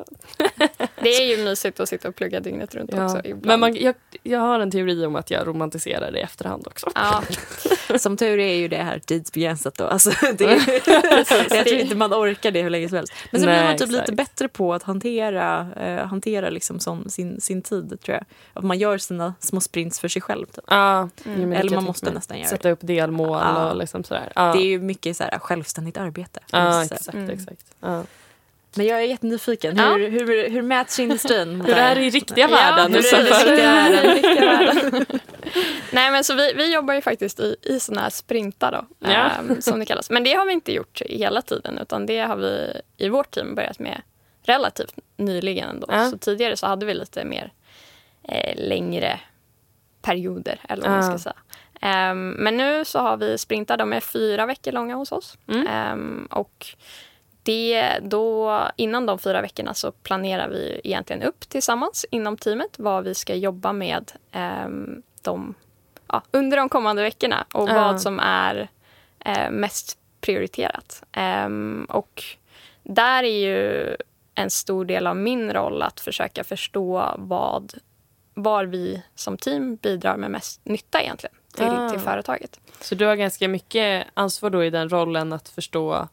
Det är ju mysigt att sitta och plugga dygnet runt ja. också. Ibland. Men man, jag, jag har en teori om att jag romantiserar det i efterhand också. Ja. Som tur är ju det här tidsbegränsat då. Alltså, det är, jag tror inte man orkar det hur länge som helst. Men sen Nej, blir man typ exakt. lite bättre på att hantera, eh, hantera liksom sån, sin, sin tid, tror jag. Att man gör sina små sprints för sig själv. Typ. Ja, mm. Eller man måste nästan göra sätta det. upp delmål ja. och liksom sådär. Ja. Det är ju mycket så här, självständigt arbete. Ja, exakt, mm. exakt. Ja. Men jag är jättenyfiken. Ja. Hur, hur, hur mäts industrin? Hur är det i riktiga Ja, världen? hur Hur är det i riktiga världen? Riktiga världen? Nej, men så vi, vi jobbar ju faktiskt i, i såna här sprintar då, Ja. um, som det kallas. Men det har vi inte gjort hela tiden, utan det har vi i vårt team börjat med relativt nyligen ändå. Ja. Så tidigare så hade vi lite mer eh, längre perioder, eller vad man Ja. ska säga. Um, men nu så har vi sprintar, de är fyra veckor långa hos oss. Mm. Um, och det, då, innan de fyra veckorna så planerar vi egentligen upp tillsammans inom teamet vad vi ska jobba med um, de, ja, under de kommande veckorna och Ja. vad som är uh, mest prioriterat. Um, och där är ju en stor del av min roll att försöka förstå vad, var vi som team bidrar med mest nytta egentligen till, Ah. till företaget. Så du har ganska mycket ansvar då i den rollen att förstå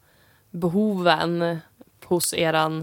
behoven hos eran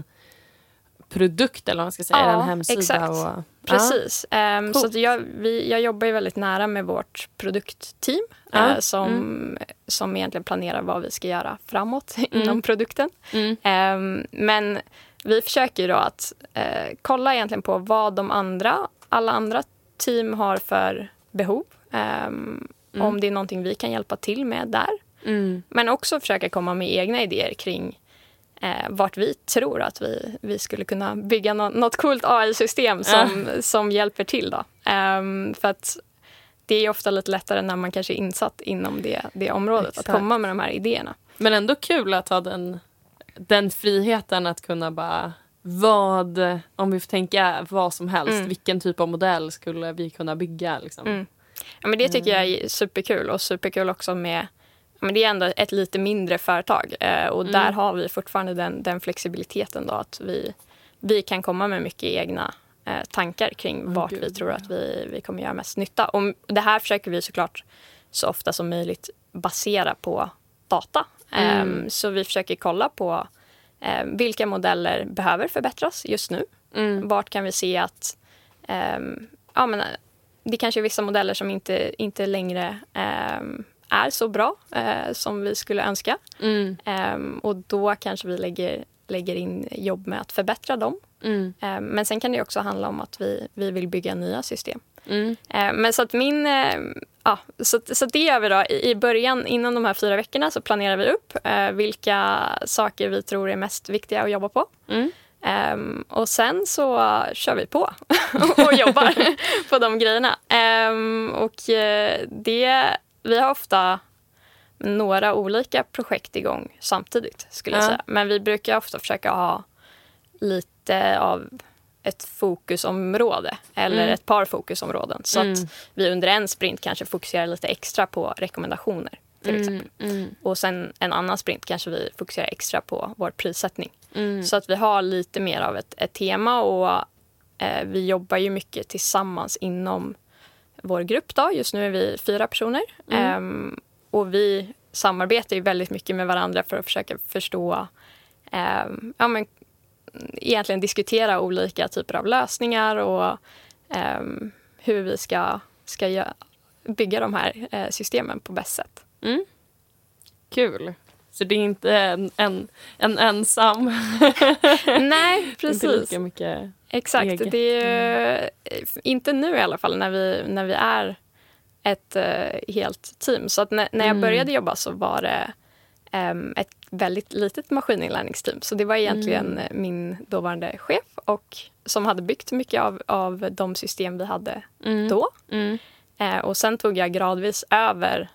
produkt, eller vad man ska säga, Ja, eran hemsida. exakt. Och, Precis. Um, Coolt. så att jag, vi, jag jobbar ju väldigt nära med vårt produktteam Ja. eh, som, Mm. som egentligen planerar vad vi ska göra framåt Mm. inom produkten. Mm. Um, men vi försöker ju då att eh, kolla egentligen på vad de andra, alla andra team har för behov. Um, Mm. Om det är någonting vi kan hjälpa till med där. Mm. Men också försöka komma med egna idéer kring eh, vart vi tror att vi, vi skulle kunna bygga no- något coolt A I-system som, Ja. som hjälper till. Då. Um, för att det är ofta lite lättare när man kanske är insatt inom det, det området Exakt. att komma med de här idéerna. Men ändå kul att ha den, den friheten att kunna bara vad, om vi får tänka vad som helst, Mm. vilken typ av modell skulle vi kunna bygga liksom. Mm. Ja, men det tycker jag är superkul och superkul också med, ja, men det är ändå ett lite mindre företag eh, och Mm. där har vi fortfarande den, den flexibiliteten då att vi, vi kan komma med mycket egna eh, tankar kring Åh, vart gud, vi tror ja. att vi, vi kommer göra mest nytta. Och det här försöker vi såklart så ofta som möjligt basera på data. Mm. Eh, så vi försöker kolla på eh, vilka modeller behöver förbättras just nu. Mm. Vart kan vi se att um, ja, men, det kanske är vissa modeller som inte, inte längre um, är så bra uh, som vi skulle önska. Mm. Um, och då kanske vi lägger, lägger in jobb med att förbättra dem. Mm. Um, men sen kan det också handla om att vi, vi vill bygga nya system. Mm. Um, men så att min... Uh, ja, så, så det gör vi då. I, I början, innan de här fyra veckorna, så planerar vi upp uh, vilka saker vi tror är mest viktiga att jobba på. Mm. Um, och sen så uh, kör vi på och jobbar på de grejerna. Um, och uh, det, vi har ofta några olika projekt igång samtidigt, skulle jag Ja. säga. Men vi brukar ofta försöka ha lite av ett fokusområde eller Mm. ett par fokusområden. Så Mm. att vi under en sprint kanske fokuserar lite extra på rekommendationer, till exempel. Mm. Mm. Och sen en annan sprint kanske vi fokuserar extra på vår prissättning. Mm. Så att vi har lite mer av ett, ett tema och eh, vi jobbar ju mycket tillsammans inom vår grupp då. Just nu är vi fyra personer. Mm. Ehm, och vi samarbetar ju väldigt mycket med varandra för att försöka förstå, ehm, ja men egentligen diskutera olika typer av lösningar och ehm, hur vi ska, ska gö- bygga de här eh, systemen på bäst sätt. Mm. Kul. Så det är inte en, en, en ensam. Nej, Inte precis. lika mycket. Exakt. eget. Det är ju, inte nu i alla fall när vi, när vi är ett uh, helt team. Så att när, när jag Mm. började jobba så var det um, ett väldigt litet maskininlärningsteam. Så det var egentligen Mm. min dåvarande chef och som hade byggt mycket av, av de system vi hade Mm. då. Mm. Uh, och sen tog jag gradvis över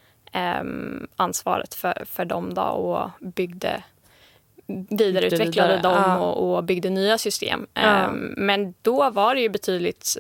um, ansvaret för, för dem då och byggde vidareutvecklade vidare, dem ja. och, och byggde nya system. Ja. Um, men då var det ju betydligt,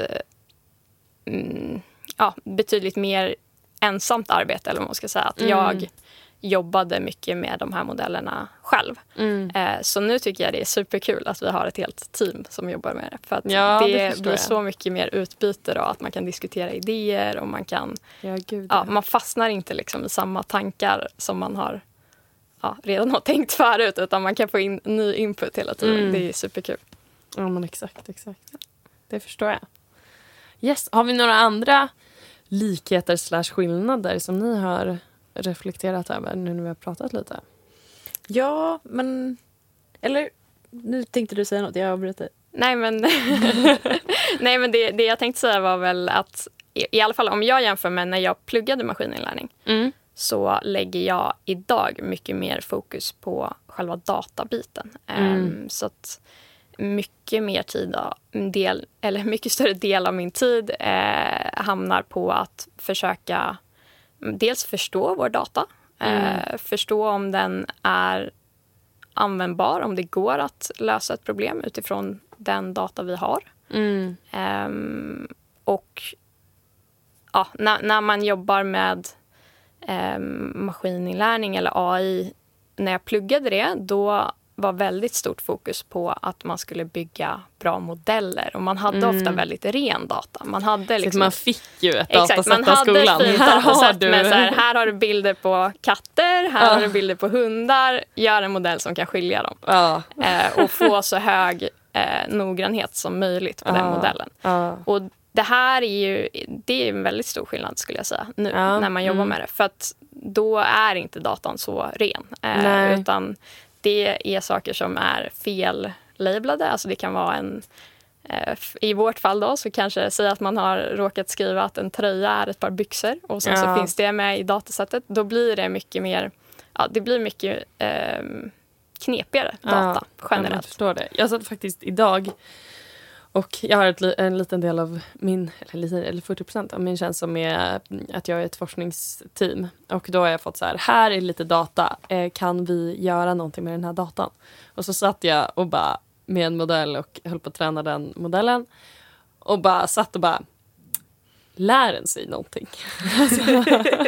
uh, mm, ja, betydligt mer ensamt arbete, eller vad man ska säga. Att Mm. jag jobbade mycket med de här modellerna själv. Mm. Uh, så nu tycker jag det är superkul att vi har ett helt team som jobbar med det. För att Ja, det det förstår blir jag. så mycket mer utbyte då, att man kan diskutera idéer och man kan, Ja, gud. ja, man fastnar inte liksom i samma tankar som man har ja, redan har tänkt förut, utan man kan få in ny input hela tiden. Mm. Det är superkul. Ja, men exakt, exakt. Det förstår jag. Yes. Har vi några andra likheter slash skillnader som ni har reflekterat över nu när vi har pratat lite? Ja, men... Eller, nu tänkte du säga något, jag avbryter. Nej, men, Nej, men det, det jag tänkte säga var väl att i, i alla fall om jag jämför med när jag pluggade maskininlärning Mm. så lägger jag idag mycket mer fokus på själva databiten. Mm. Um, så att mycket mer tid, en del, eller mycket större del av min tid eh, hamnar på att försöka dels förstå vår data, Mm. eh, förstå om den är användbar, om det går att lösa ett problem utifrån den data vi har. Mm. Um, och ja, när, när man jobbar med um, maskininlärning eller A I, när jag pluggade det, då var väldigt stort fokus på att man skulle bygga bra modeller. Och man hade Mm. ofta väldigt ren data. Man hade Så liksom... man fick ju ett Exakt, datasätt man av hade skolan. ett fint Här har datasätt du... med så här, här har du bilder på katter, här Ja. har du bilder på hundar. Gör en modell som kan skilja dem. Ja. Eh, och få så hög eh, noggrannhet som möjligt på den Ja. modellen. Ja. Och det här är ju det är en väldigt stor skillnad, skulle jag säga, nu Ja, när man jobbar mm. med det. För att då är inte datan så ren. Eh, Nej. utan det är saker som är fel-labelade. Alltså det kan vara en... Eh, I vårt fall då så kanske säga att man har råkat skriva att en tröja är ett par byxor. Och sen Ja. så finns det med i datasättet. Då blir det mycket mer... Ja, det blir mycket eh, knepigare data Ja, generellt. jag förstår det. Jag satt faktiskt idag och jag har ett, li- en liten del av min, eller, lite, eller fyrtio procent av min tjänst som är att jag är ett forskningsteam. Och då har jag fått så här, här är lite data, eh, kan vi göra någonting med den här datan? Och så satt jag och bara med en modell och höll på att träna den modellen. Och bara satt och bara, lär den sig någonting? Alltså,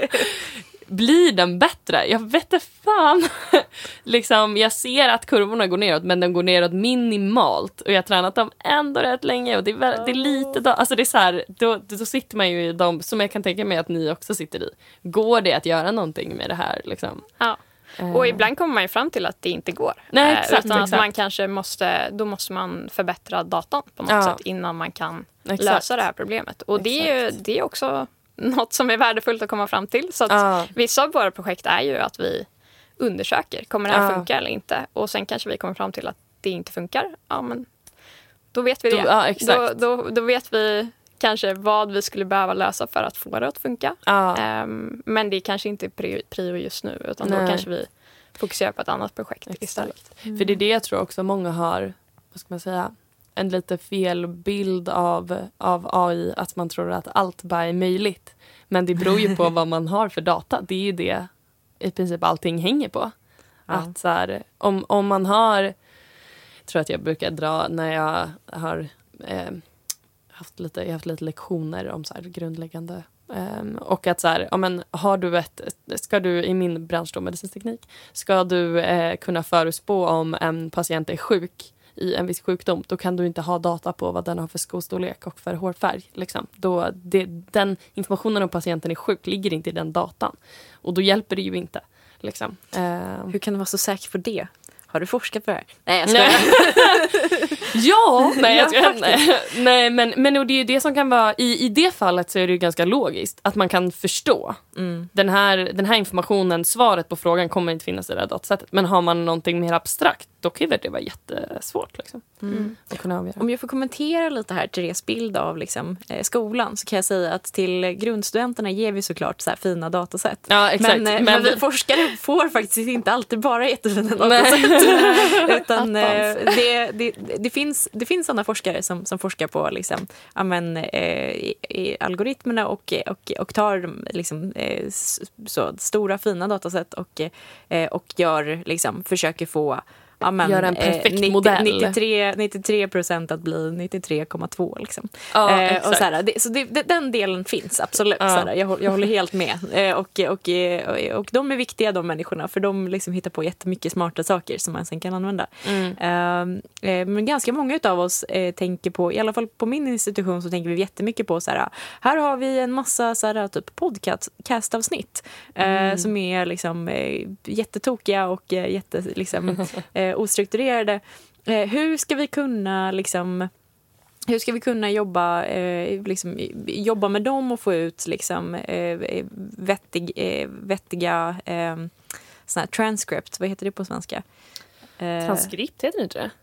blir den bättre? Jag vet inte fan. Liksom, jag ser att kurvorna går neråt, men de går neråt minimalt. Och jag har tränat dem ändå rätt länge. Och det är, väl, det är lite... Då, alltså det är så här, då, då sitter man ju i dem som jag kan tänka mig att ni också sitter i. Går det att göra någonting med det här? Liksom? Ja. Och ibland kommer man ju fram till att det inte går. Nej, eh, exakt, utan exakt. att man kanske måste, då måste man förbättra datan på något Ja. sätt innan man kan Exakt. lösa det här problemet. Och det är, ju, det är också något som är värdefullt att komma fram till. Så att Ja. vissa av våra projekt är ju att vi undersöker, kommer det här Ja. funka eller inte? Och sen kanske vi kommer fram till att det inte funkar. Ja, men då vet vi det. Då, ja, exakt. Då, då, då vet vi kanske vad vi skulle behöva lösa för att få det att funka. Ja. Ehm, men det är kanske inte prio, prio just nu, utan Nej. då kanske vi fokuserar på ett annat projekt Exakt. istället. För det är det jag tror också många har, vad ska man säga, en lite fel bild av, av A I, att man tror att allt bara är möjligt. Men det beror ju på vad man har för data. Det är ju det i princip allting hänger på. Ja. Att så här, om, om man har, jag tror att jag brukar dra när jag har eh, haft lite, jag har haft lite lektioner om så här grundläggande Um, och att så här, ja, men har du ett, ska du i min bransch då, medicinsk teknik, ska du eh, kunna förutspå om en patient är sjuk i en viss sjukdom, då kan du inte ha data på vad den har för skostorlek och för hårfärg. Liksom. Då, det, den informationen om patienten är sjuk ligger inte i den datan. Och då hjälper det ju inte. Liksom. Um, Hur kan du vara så säker på det? Har du forskat på det här? Nej, jag skojar. Ja, nej, jag Ja, tror, nej, nej men, men och det är ju det som kan vara, i, i det fallet så är det ju ganska logiskt att man kan förstå Mm. den här, den här informationen, svaret på frågan kommer inte finnas i det här datasättet, men har man någonting mer abstrakt, då kan det vara jättesvårt liksom, Mm. att kunna avgöra. Om jag får kommentera lite här Therese bild av liksom, eh, skolan, så kan jag säga att till grundstudenterna ger vi såklart så här fina datasätt. Ja, exakt. Men, eh, men vi forskare får faktiskt inte alltid bara jättefina Nej. datasätt. Utan eh, det, det, det finns, det finns sådana forskare som, som forskar på liksom, ja, men, eh, i, i algoritmerna och, och, och tar liksom, eh, så stora fina datasätt och, eh, och gör, liksom, försöker få ja, men, Gör en perfekt eh, nittio, modell. nittiotre, nittiotre procent att bli nittiotre komma två liksom. Ja, eh, exakt. och så här, det, så det, det, den delen finns absolut. Ja. Så här, jag, jag håller helt med. Eh, och, och, och, och de är viktiga, de människorna, för de liksom hittar på jättemycket smarta saker som man sen kan använda. Mm. Eh, eh, men ganska många av oss eh, tänker på, i alla fall på min institution så tänker vi jättemycket på så här, här har vi en massa så här, typ podcastavsnitt eh, Mm. som är liksom eh, jättetokiga och eh, jätte, liksom, eh, ostrukturerade. Eh, hur ska vi kunna liksom hur ska vi kunna jobba, eh, liksom, jobba med dem och få ut liksom, eh, vettig, eh, vettiga eh, såna här transcript, vad heter det på svenska? Eh, Transkript heter det inte det?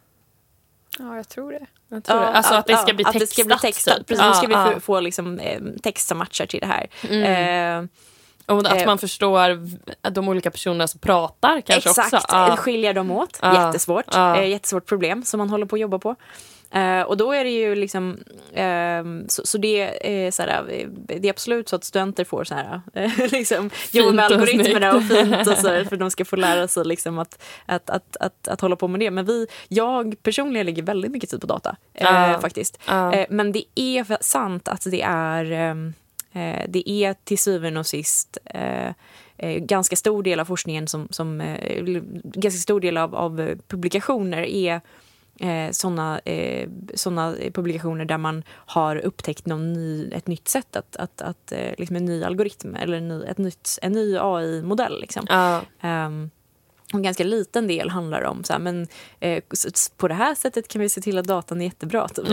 Ja, jag tror det. Jag tror det. Alltså att det ska bli att textat. det ska bli textat. typ. Precis, nu ska vi Ja, få, få liksom, eh, text som matchar till det här. Mm. Eh, Och att Eh, man förstår v- de olika personerna som pratar kanske Exakt, också. Ja. skilja dem åt. Ja. Jättesvårt. Ja. Eh, jättesvårt problem som man håller på att jobba på. Eh, och då är det ju liksom eh, så, så det är så här, eh, det är absolut så att studenter får så här eh, liksom jobba med och algoritmerna och fint och så här, för de ska få lära sig liksom att, att, att, att, att hålla på med det. Men vi, jag personligen lägger väldigt mycket tid på data eh, Ja. faktiskt. Ja. Eh, men det är sant att det är ehm, eh, det är till syvende och sist eh, eh, ganska stor del av forskningen som, som eh, ganska stor del av, av publikationer är eh, såna, eh, såna publikationer där man har upptäckt någon ny, ett nytt sätt att, att, att eh, liksom en ny algoritm eller en ny, ett nytt, en ny A I-modell liksom. Ja. Um, en ganska liten del handlar om så här, men eh, på det här sättet kan vi se till att datan är jättebra. Typ.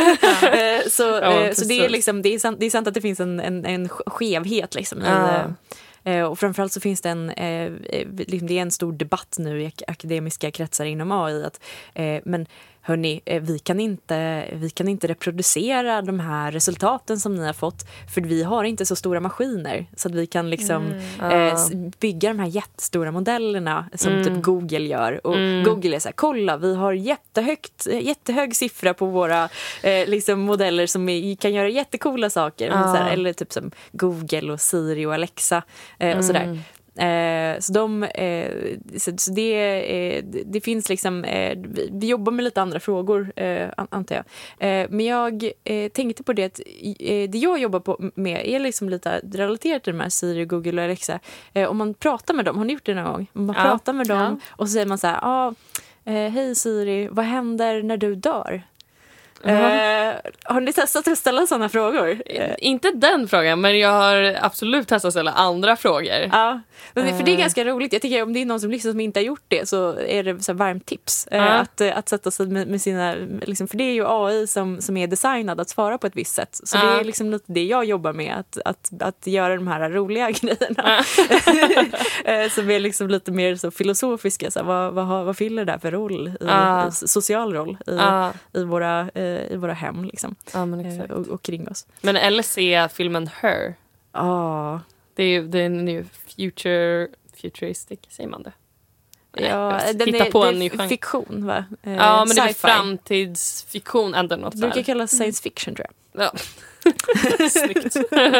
Eh, så, Ja, eh, så det är precis. liksom det är sant, det är sant att det finns en, en, en skevhet liksom, i, Ja. eh, och framförallt så finns det en eh, liksom, det är en stor debatt nu i ak- akademiska kretsar inom A I att eh, men hörni, eh, vi kan inte vi kan inte reproducera de här resultaten som ni har fått, för vi har inte så stora maskiner så att vi kan liksom Ja. eh, s- bygga de här jättestora modellerna som Mm. typ Google gör. Och Mm. Google är så här, kolla, vi har jättehögt, jättehög siffra på våra eh, liksom modeller som är, kan göra jättekola saker. Men Ja. så här, eller typ som Google och Siri och Alexa eh, och sådär. Mm. Eh, så de, eh, så, så det, eh, det, det finns liksom, eh, vi, vi jobbar med lite andra frågor eh, an, antar jag. Eh, men jag eh, tänkte på det att eh, det jag jobbar på med är liksom lite relaterat till de här Siri, Google och Alexa. Eh, om man pratar med dem, har ni gjort det någon gång? Om man Ja. pratar med dem Ja. och så säger man så här, ah, eh, hej Siri, vad händer när du dör? Mm. Eh, har ni testat att ställa sådana frågor? Eh. Inte den frågan, men jag har absolut testat att ställa andra frågor. Ja, men för det är ganska roligt. Jag tycker om det är någon som lyssnar som inte har gjort det så är det så här varmt tips. Ja. Eh, att, att sätta sig med, med sina... Liksom, för det är ju A I som, som är designad att svara på ett visst sätt. Så Ja. det är liksom lite det jag jobbar med. Att, att, att göra de här roliga grejerna. Ja. Som är liksom lite mer så filosofiska. Så här, vad, vad, har, vad fyller det här för roll? I, Ja. i social roll i, Ja. i, våra, eh, i våra hem liksom. Ja, men exakt. Eh, och, och kring oss. Men eller se filmen Her. Ah. Det är ju, den är ju future, futuristic, säger man det? Nej, Ja, jag den hittar är, på det en ny är genre. fiktion, va? Eh, Ja, men det är sci-fi. framtidsfiktion eller något Det brukar sånt. kallas science fiction, tror jag. Ja. Snyggt.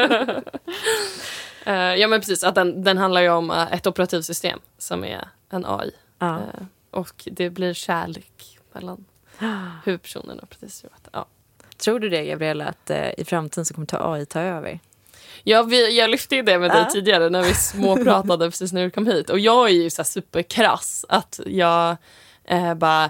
uh, ja, men precis. Att den, den handlar ju om uh, ett operativsystem som är en A I. Ja. Uh, och det blir kärlek mellan huvudpersonen och operativsystemet. Ja. Tror du det, Gabriella, att eh, i framtiden så kommer ta A I ta över? Ja, vi, jag lyfte ju det med dig Ja. tidigare när vi småpratade precis när du kom hit. Och jag är ju så här superkrass att jag eh, bara,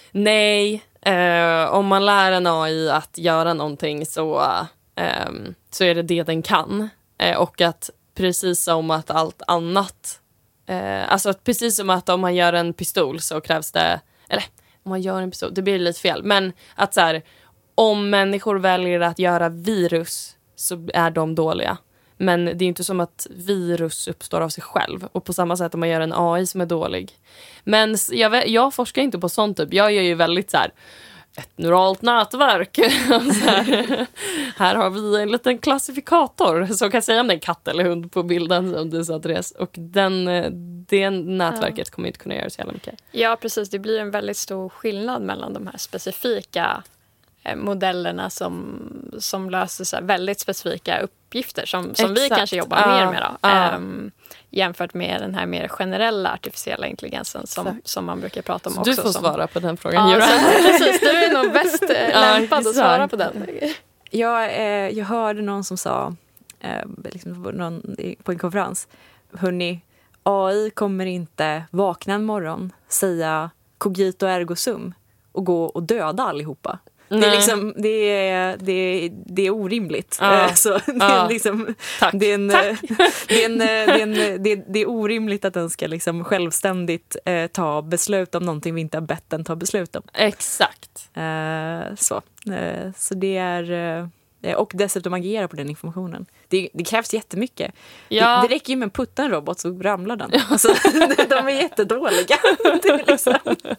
nej, eh, om man lär en A I att göra någonting så, eh, så är det det den kan. Eh, och att precis som att allt annat, eh, alltså att precis som att om man gör en pistol så krävs det, eller om man gör en pistol, det blir lite fel, men att så här, om människor väljer att göra virus så är de dåliga. Men det är inte som att virus uppstår av sig själv. Och på samma sätt om man gör en A I som är dålig. Men jag, vet, jag forskar inte på sånt typ. Jag gör ju väldigt så här, ett neuralt nätverk. så här, här har vi en liten klassifikator. Så kan jag säga om det är en katt eller hund på bilden som du sa, Therese. Och den, det nätverket kommer inte kunna göra så jävla mycket. Ja, precis. Det blir en väldigt stor skillnad mellan de här specifika modellerna som, som löser så här väldigt specifika uppgifter som, som vi kanske jobbar uh, mer med då, uh. um, jämfört med den här mer generella artificiella intelligensen som, som man brukar prata om så också. Du får som, svara på den frågan, ja, så, precis, du är nog bäst lämpad att svara på den. Jag, eh, jag hörde någon som sa eh, liksom på, någon, på en konferens, hörni, A I kommer inte vakna en morgon, säga cogito ergo sum och gå och döda allihopa. Det är, liksom, det, är, det, är, det är orimligt. Ja. Så det Ja. är liksom, Tack. det är en, Tack. det är en, det är en, det är, det är orimligt att den ska liksom självständigt eh, ta beslut om någonting vi inte har bett den ta beslut om. Exakt. Eh, så. Eh, så det är... Eh, och dessutom agera på den informationen. Det, det krävs jättemycket. Ja. Det, det räcker ju med att putta en robot så ramlar den. Alltså, de är jättedåliga. Det är liksom.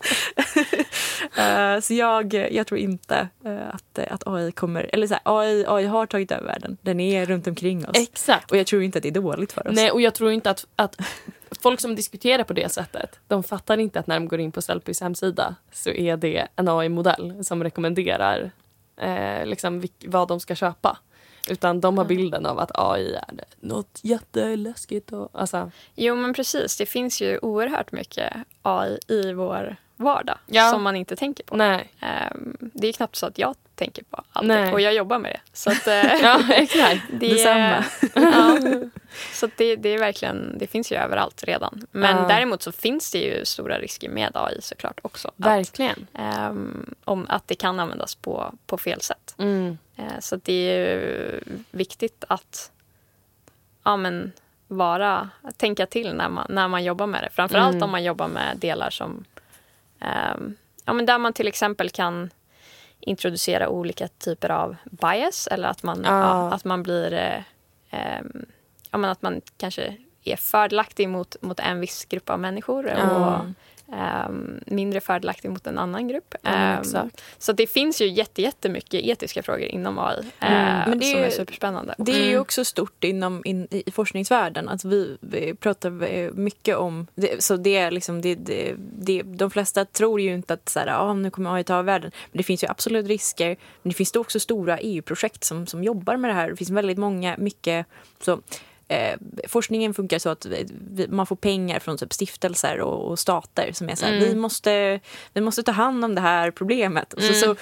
uh, så jag, jag tror inte uh, att, att A I kommer... Eller så här, A I, A I har tagit över världen. Den är runt omkring oss. Exakt. Och jag tror inte att det är dåligt för oss. Nej, och jag tror inte att, att folk som diskuterar på det sättet, de fattar inte att när de går in på Sellpys hemsida så är det en A I-modell som rekommenderar Eh, liksom vilk, vad de ska köpa. Utan de har bilden av att A I är något jätteläskigt. Och, alltså. Jo, men precis. Det finns ju oerhört mycket A I i vår vardag Ja. som man inte tänker på. Nej. Um, det är knappt så att jag tänker på allt. Nej. Och jag jobbar med det. Så att, uh, Ja, exakt. det, Detsamma. ja, så att det, det är verkligen, det finns ju överallt redan. Men Ja. däremot så finns det ju stora risker med A I såklart också. Verkligen. Att, um, om att det kan användas på, på fel sätt. Mm. Uh, så att det är ju viktigt att ja, men, vara, tänka till när man, när man jobbar med det. Framförallt Mm. om man jobbar med delar som um, ja, men där man till exempel kan introducera olika typer av bias eller att man, Ja. ja, att man blir eh, eh, ja, men att man kanske är fördelaktig mot, mot en viss grupp av människor Ja. och eh, mindre fördelaktig mot en annan grupp. Ja, men Eh, exakt. så det finns ju jätte, jättemycket etiska frågor inom A I eh, Mm. Men det är som ju- är superspännande. Det är ju Mm. också stort inom, in, i forskningsvärlden. Att vi, vi pratar eh, mycket om... Det, så det är liksom, det, det, det, de flesta tror ju inte att så här, ah, nu kommer A I ta över världen. Men det finns ju absolut risker. Men det finns då också stora E U-projekt som, som jobbar med det här. Det finns väldigt många, mycket... Så, Eh, forskningen funkar så att vi, man får pengar från typ stiftelser och, och stater som är så här, Mm. vi, måste, vi måste ta hand om det här problemet. Och så, Mm. så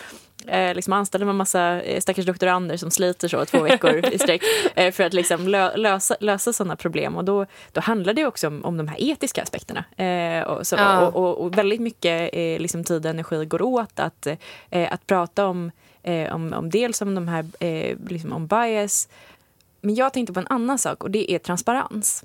Eh, liksom anställer man massa eh, stackars doktorander som sliter så två veckor i sträck eh, för att liksom lö- lösa, lösa sådana problem. Och då, då handlar det också om, om de här etiska aspekterna. Eh, och, så, Ja. och, och, och väldigt mycket eh, liksom tid och energi går åt att, eh, att prata om, eh, om, om dels om de här eh, liksom om bias. Men jag tänkte på en annan sak och det är transparens.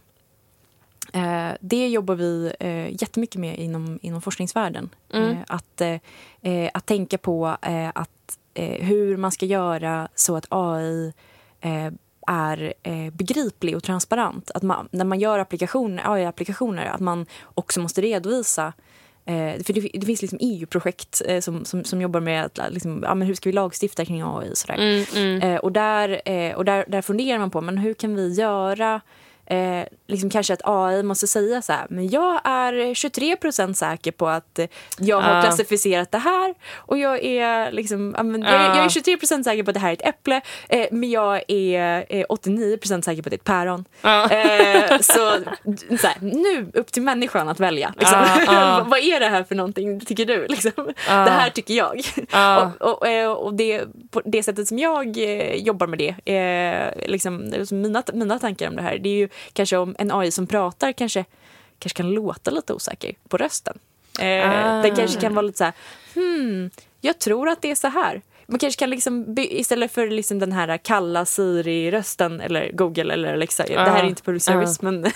Eh, det jobbar vi eh, jättemycket med inom, inom forskningsvärlden. Mm. Eh, att, eh, att tänka på eh, att, eh, hur man ska göra så att A I eh, är eh, begriplig och transparent. Att man, när man gör applikationer, A I-applikationer, att man också måste redovisa. Eh, för det, det finns liksom E U-projekt eh, som, som, som jobbar med att, liksom, ja, men hur ska vi lagstifta kring A I. Sådär. Mm, mm. Eh, och där, eh, och där, där funderar man på, men hur kan vi göra... Eh, liksom kanske att A I måste säga så här, men jag är tjugotre procent säker på att eh, jag har Ah. klassificerat det här och jag är liksom, ja, men, jag, Ah. jag är tjugotre procent säker på att det här är ett äpple, eh, men jag är eh, åttionio procent säker på att det är ett päron. Ja. Eh, så, så här, nu upp till människan att välja. Liksom. Ah, ah. Vad är det här för någonting, tycker du? Liksom? Ah. Det här tycker jag. Ah. Och, och, eh, och det, på det sättet som jag eh, jobbar med det, eh, liksom, liksom mina, mina tankar om det här, det är ju kanske om en A I som pratar kanske, kanske kan låta lite osäker på rösten. Eh, Ah. Den kanske kan vara lite så här, hmm, jag tror att det är så här. Man kanske kan liksom, by- istället för liksom den här kalla Siri-rösten eller Google eller Alexa, Ah. det här är inte public service, Ah. men,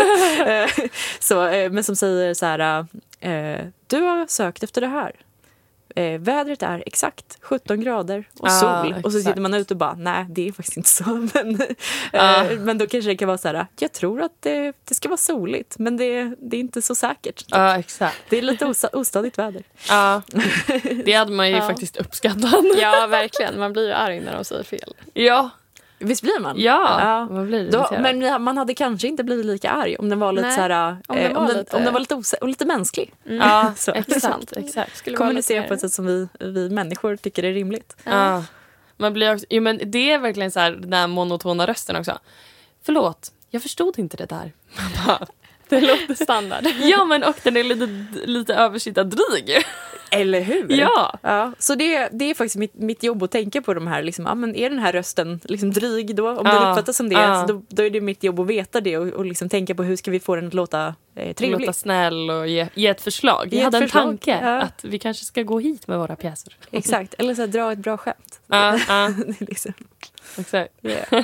eh, så, eh, men som säger så här, eh, du har sökt efter det här. Eh, vädret är exakt sjutton grader och Ah, sol. Och så exakt. sitter man ute och bara, nej det är faktiskt inte så. Men, Ah. eh, men då kanske det kan vara så här, jag tror att det, det ska vara soligt. Men det, det är inte så säkert. Ja, exakt. Det är lite osa- ostadigt väder. Ja, det hade man ju Ja. faktiskt uppskattat. Ja, verkligen. Man blir ju arg när de säger fel. Ja, Visst blir man? ja. Ja. Man blir Då, irriterad. men man hade kanske inte blivit lika arg om den var lite Nej, så här, om den eh, var om, den, lite- om den var lite, osä- och lite mänsklig. Ja, Så. exakt. exakt. Skulle vara Kommunicera lite på ett sätt som vi, vi människor tycker är rimligt. Ja. Man blir också, jo, men det är verkligen så här, den där monotona rösten också. Förlåt, jag förstod inte det där. Man bara, det låter... standard. Ja, men och den är lite, lite översittad dryg. Eller hur? Ja. Ja, så det, det är faktiskt mitt, mitt jobb att tänka på de här, liksom, ja, men är den här rösten liksom dryg då? Om Ja. den uppfattas som det, Ja. så då, då är det mitt jobb att veta det och, och liksom tänka på hur ska vi få den att låta eh, trevlig. Låta snäll och ge, ge ett förslag. Ge Jag hade ett en förslag, tanke ja. att vi kanske ska gå hit med våra pjäser. Exakt, eller så här, dra ett bra skämt. Ja, ja, Det är liksom, exakt. yeah.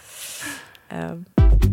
um,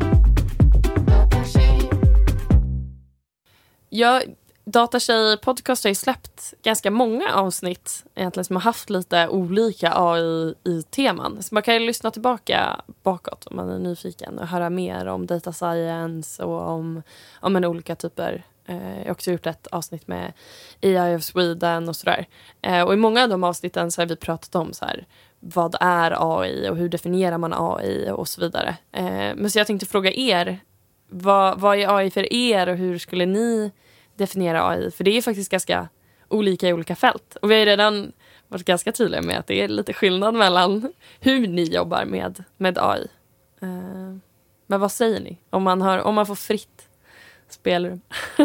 Ja, Datatjej podcast har ju släppt ganska många avsnitt egentligen som har haft lite olika A I i teman. Så man kan ju lyssna tillbaka bakåt om man är nyfiken och höra mer om data science och om, om en olika typer. Eh, jag har också gjort ett avsnitt med A I of Sweden och sådär. Eh, och i många av de avsnitten så har vi pratat om så här, vad är A I och hur definierar man A I och så vidare. Eh, men så jag tänkte fråga er, vad, vad är A I för er och hur skulle ni definiera A I? För det är faktiskt ganska olika i olika fält. Och vi har ju redan varit ganska tydliga med att det är lite skillnad mellan hur ni jobbar med, med A I. Uh, men vad säger ni? Om man, har, om man får fritt spelrum.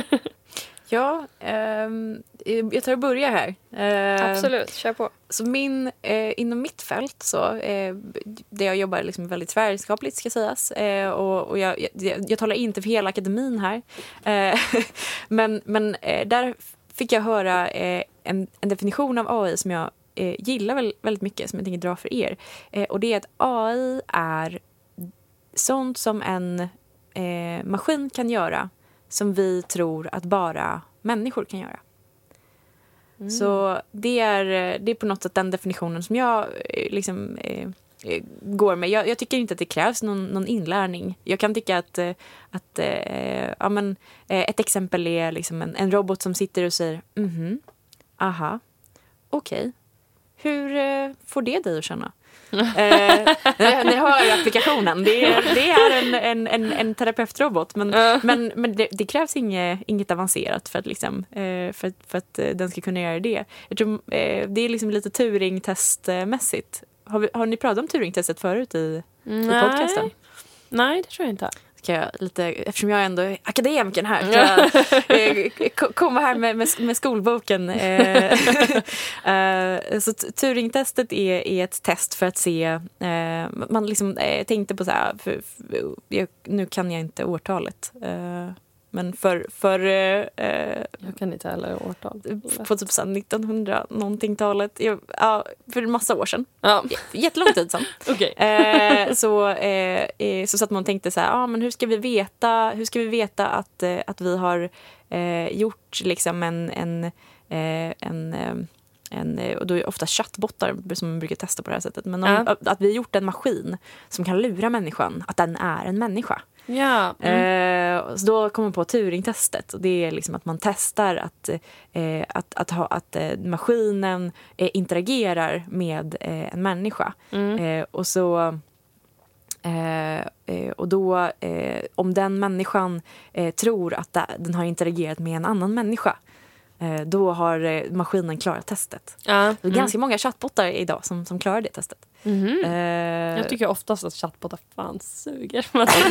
ja, ehm, jag tar och börjar här. Ehm, Absolut, kör på. Så min, eh, inom mitt fält så, eh, där jag jobbar liksom väldigt tvärvetenskapligt ska sägas, eh, och, och jag, jag, jag talar inte för hela akademin här, eh, men, men eh, där fick jag höra eh, en, en definition av A I som jag eh, gillar väldigt, väldigt mycket, som jag tänker dra för er, eh, och det är att A I är sånt som en eh, maskin kan göra som vi tror att bara människor kan göra. Mm. Så det är, det är på något sätt den definitionen som jag liksom, eh, går med. Jag, jag tycker inte att det krävs någon, någon inlärning. Jag kan tycka att, att eh, ja, men, ett exempel är liksom en, en robot som sitter och säger mhm, aha, okej. Okay. Hur eh, får det dig att känna? eh, ni hör applikationen. Det är, det är en, en, en, en terapeutrobot, men, uh. men, men det, det krävs inget, inget avancerat för att, liksom, eh, för, för att den ska kunna göra det. Jag tror, eh, det är liksom lite Turing-testmässigt. Har, vi, har ni pratat om Turing-testet förut i, i podcasten? Nej, det tror jag inte. kan jag lite, eftersom jag ändå är akademikern här, kan jag eh, komma här med, med, med skolboken. Eh, eh, så Turing-testet är, är ett test för att se, eh, man liksom eh, tänkte på så här, för, för, jag, nu kan jag inte årtalet, eh, men för, för eh, jag kan inte heller årtal. På typ nittonhundra någonting-talet. Ja, för en massa år sedan. Ja. Jättelång tid sedan. Okay. eh, så, eh, så satt man och tänkte så här, ah, men hur ska vi veta, hur ska vi veta att, eh, att vi har eh, gjort liksom en, en, eh, en, en, och då är det ofta chattbottar som man brukar testa på det här sättet. Men om, ja. att, att vi har gjort en maskin som kan lura människan, att den är en människa. Ja. Mm. Eh, så då kommer man på Turing-testet, och det är liksom att man testar att, eh, att, att, ha, att eh, maskinen eh, interagerar med eh, en människa. Mm. Eh, och så eh, eh, och då eh, om den människan eh, tror att den har interagerat med en annan människa, eh, då har eh, maskinen klarat testet. Ja. Mm. Det är ganska många chattbottar idag som, som klarar det testet. Mm-hmm. Eh, jag tycker oftast att chattbottar fan suger.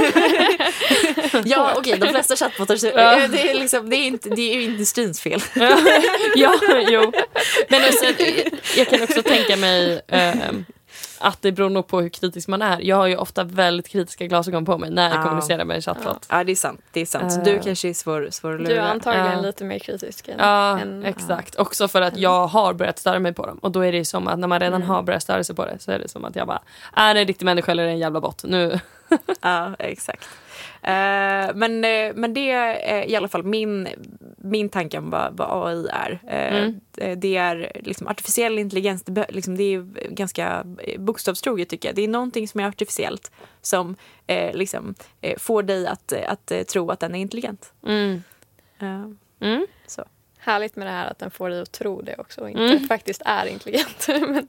ja, okej, okay, de flesta chattbottar suger. Ja. Det är liksom, det är inte, det är ju industrins fel. Ja, jo. Men också, jag kan också tänka mig eh, att det beror nog på hur kritisk man är. Jag har ju ofta väldigt kritiska glasögon på mig när jag ja. kommunicerar med en chattbot. Ja, det är sant. Det är sant. Så uh, du kanske är svår, svår att lura. Du är antagligen ja. lite mer kritisk än... Ja, än, exakt. Också för att jag har börjat störa mig på dem. Och då är det som att när man redan mm. har börjat störa sig på det, så är det som att jag bara, är det en riktig människa eller är det en jävla bot? Nu. Ja, exakt. Uh, men, men det är i alla fall min, min tanke om vad, vad A I är. Uh, mm. Det är liksom artificiell intelligens. Det, liksom, det är ganska bokstavstroget, tycker jag. Det är någonting som är artificiellt som uh, liksom, uh, får dig att, att uh, tro att den är intelligent. Mm. Uh, mm. Så. Härligt med det här att den får dig att tro det också och inte mm. faktiskt är intelligent. men...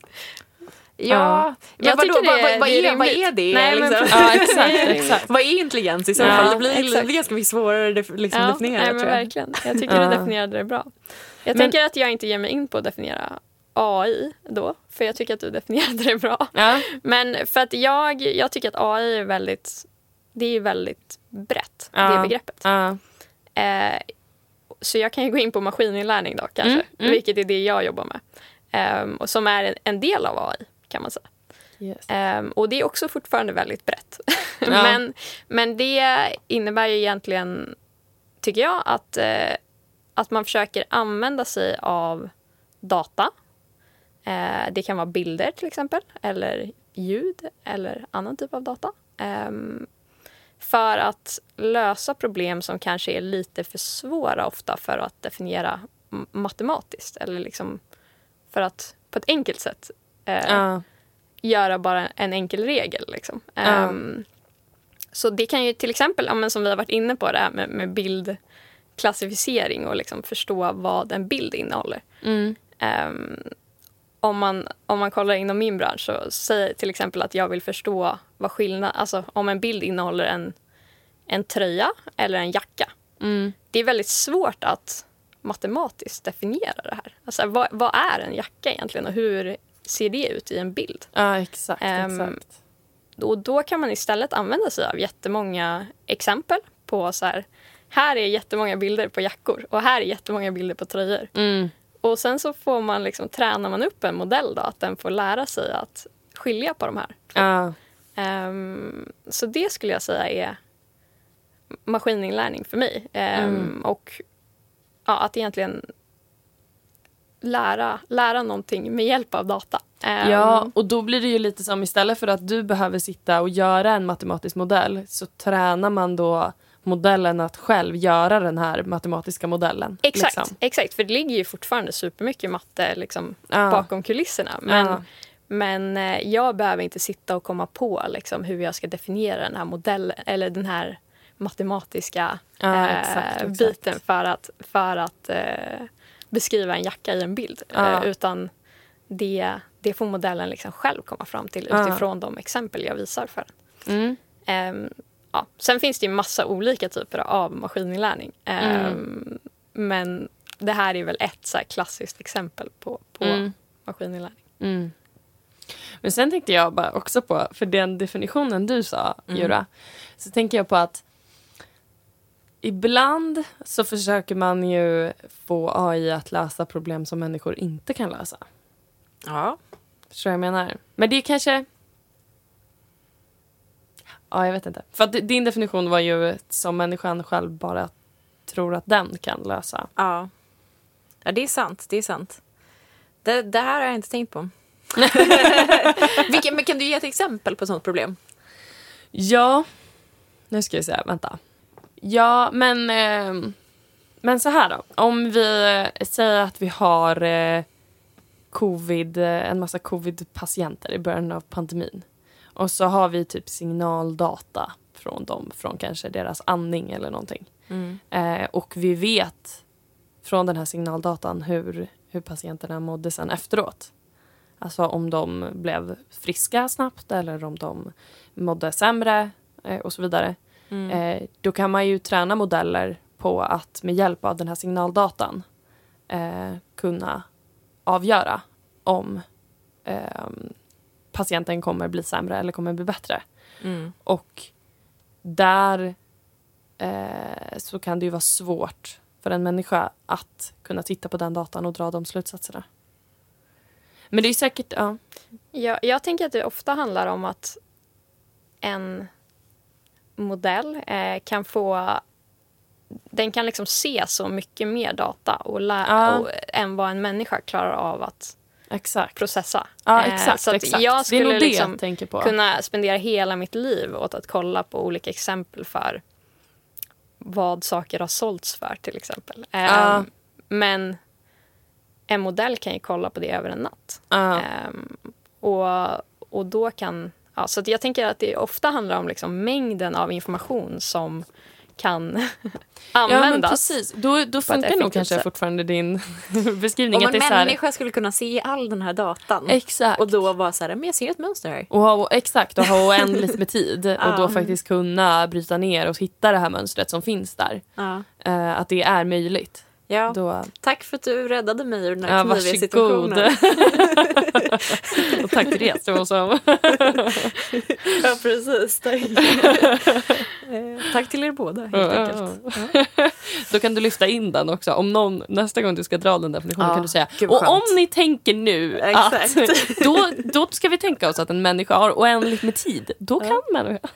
Ja, men jag vadå, tycker det, vad, vad, det är är, vad är det? Nej, liksom? men, ja, exakt, exakt. Vad är intelligens i så Ja, fall? Det blir, det exakt. blir ganska mycket svårare att liksom ja, definiera. Nej, men tror jag. verkligen. Jag tycker ja. du definierade det bra. Jag men, tänker att jag inte ger mig in på att definiera A I då, för jag tycker att du definierade det bra. Ja. Men för att jag, jag tycker att A I är väldigt, det är väldigt brett, ja. det begreppet. Ja. Eh, så jag kan ju gå in på maskininlärning då kanske, mm, mm. vilket är det jag jobbar med. Eh, och som är en, en del av A I, kan man säga. Yes. Um, och det är också fortfarande väldigt brett. Ja. men, men det innebär ju egentligen, tycker jag, att, uh, att man försöker använda sig av data. Uh, det kan vara bilder till exempel, eller ljud, eller annan typ av data. Um, för att lösa problem som kanske är lite för svåra ofta för att definiera m- matematiskt. Eller liksom för att på ett enkelt sätt uh, Ja. göra bara en enkel regel. Liksom. Ja. Um, så det kan ju till exempel, ja, men som vi har varit inne på det här med, med bildklassificering och liksom förstå vad en bild innehåller. Mm. Um, om, man, om man kollar inom min bransch, så säger till exempel att jag vill förstå vad skillnad, alltså om en bild innehåller en, en tröja eller en jacka. Mm. Det är väldigt svårt att matematiskt definiera det här. Alltså, vad, vad är en jacka egentligen och hur ser det ut i en bild? Ja, exakt, Um, exakt. Och då kan man istället använda sig av jättemånga exempel på så här, här är jättemånga bilder på jackor och här är jättemånga bilder på tröjor. Mm. Och sen så får man liksom, tränar man upp en modell då, att den får lära sig att skilja på de här. Ja. Um, så det skulle jag säga är maskininlärning för mig. Um, Mm. Och ja, att egentligen lära, lära någonting med hjälp av data. Um, Ja, och då blir det ju lite som istället för att du behöver sitta och göra en matematisk modell, så tränar man då modellen att själv göra den här matematiska modellen. Exakt, liksom. exakt, för det ligger ju fortfarande supermycket matte liksom, Ja. bakom kulisserna. Men, Ja. men eh, jag behöver inte sitta och komma på liksom, hur jag ska definiera den här modellen eller den här matematiska Ja, eh, exakt, exakt. biten för att, för att eh, beskriva en jacka i en bild. Ja. Eh, utan det, det får modellen liksom själv komma fram till Ja. utifrån de exempel jag visar för den. Mm. Um, ja. Sen finns det ju massa olika typer av maskininlärning. Um, Mm. Men det här är väl ett så här klassiskt exempel på, på Mm. maskininlärning. Mm. Men sen tänkte jag bara också på, för den definitionen du sa, Mm. Jura, så tänker jag på att ibland så försöker man ju få A I att lösa problem som människor inte kan lösa. Ja. Förstår jag menar? Men det är kanske... Ja, jag vet inte. För att din definition var ju som människan själv bara tror att den kan lösa. Ja. Ja, det är sant. Det är sant. Det, det här har jag inte tänkt på. Vilken, men kan du ge ett exempel på ett sånt problem? Ja, nu ska jag säga, vänta. Ja, men, eh, men så här då. Om vi säger att vi har eh, covid, en massa covid-patienter i början av pandemin. Och så har vi typ signaldata från dem, från kanske deras andning eller någonting. Mm. Eh, och vi vet från den här signaldatan hur, hur patienterna mådde sen efteråt. Alltså om de blev friska snabbt eller om de mådde sämre eh, och så vidare. Mm. Eh, då kan man ju träna modeller på att med hjälp av den här signaldatan eh, kunna avgöra om eh, patienten kommer bli sämre eller kommer bli bättre. Mm. Och där eh, så kan det ju vara svårt för en människa att kunna titta på den datan och dra de slutsatserna. Men det är säkert... Ja. Jag, jag tänker att det ofta handlar om att en modell eh, kan få... Den kan liksom se så mycket mer data och lä- Ja. och, än vad en människa klarar av att Exakt. processa. Ja, Eh, exakt. så att exakt. jag det är skulle nog det liksom jag tänker på. kunna spendera hela mitt liv åt att kolla på olika exempel för vad saker har sålts för, till exempel. Eh, Ja. Men en modell kan ju kolla på det över en natt. Ja. Um, och, och då kan... Ja, så att jag tänker att det ofta handlar om liksom mängden av information som kan Ja, men användas. precis. Då, då funkar nog effektivt kanske sätt. fortfarande din beskrivning. Om att en det är så här, människa skulle kunna se all den här datan. exakt. Och då vara så här, men jag ser ett mönster här. Och ha, exakt, och ha oändligt med tid. Och då Ja. faktiskt kunna bryta ner och hitta det här mönstret som finns där. Ja. Eh, att det är möjligt. Ja. Då, Tack för att du räddade mig ur den här ja, kniviga varsågod. situationen. Och tack till det. Så som. Ja, precis. Tack. Eh, tack till er båda, helt Ja, enkelt. ja. Då kan du lyfta in den också. Om någon, nästa gång du ska dra den definitionen Ja, kan du säga. gud vad Och om skönt. ni tänker nu Exakt. att då, då ska vi tänka oss att en människa har oändligt med tid. Då kan Ja. människa.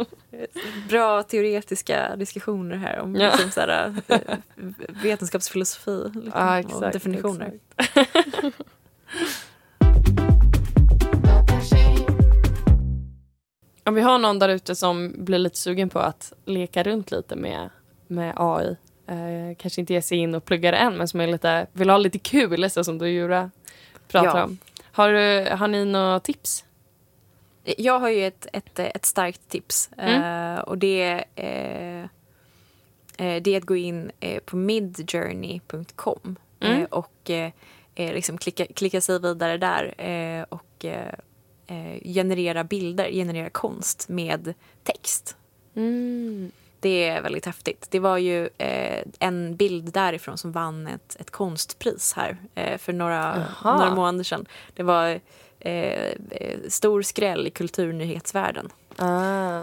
Bra teoretiska diskussioner här om Ja. liksom, så här, eh, vetenskapsfilosofi liksom, Ja, och exakt, definitioner. Om vi har någon där ute som blir lite sugen på att leka runt lite med, med A I. Eh, kanske inte ge sig in och plugga det än, men som är lite, vill ha lite kul, så som du Jura pratar Ja. om. Har, du, har ni några tips? Jag har ju ett, ett, ett starkt tips. Mm. Eh, och det är, eh, eh, det är att gå in eh, på midjourney punkt com Mm. eh, och eh, eh, liksom klicka, klicka sig vidare där eh, och eh, eh, generera bilder, generera konst med text. Mm. Det är väldigt häftigt. Det var ju eh, en bild därifrån som vann ett, ett konstpris här eh, för några, Jaha. några månader sedan. Det var eh, eh, stor skräll i kulturnyhetsvärlden. Ah.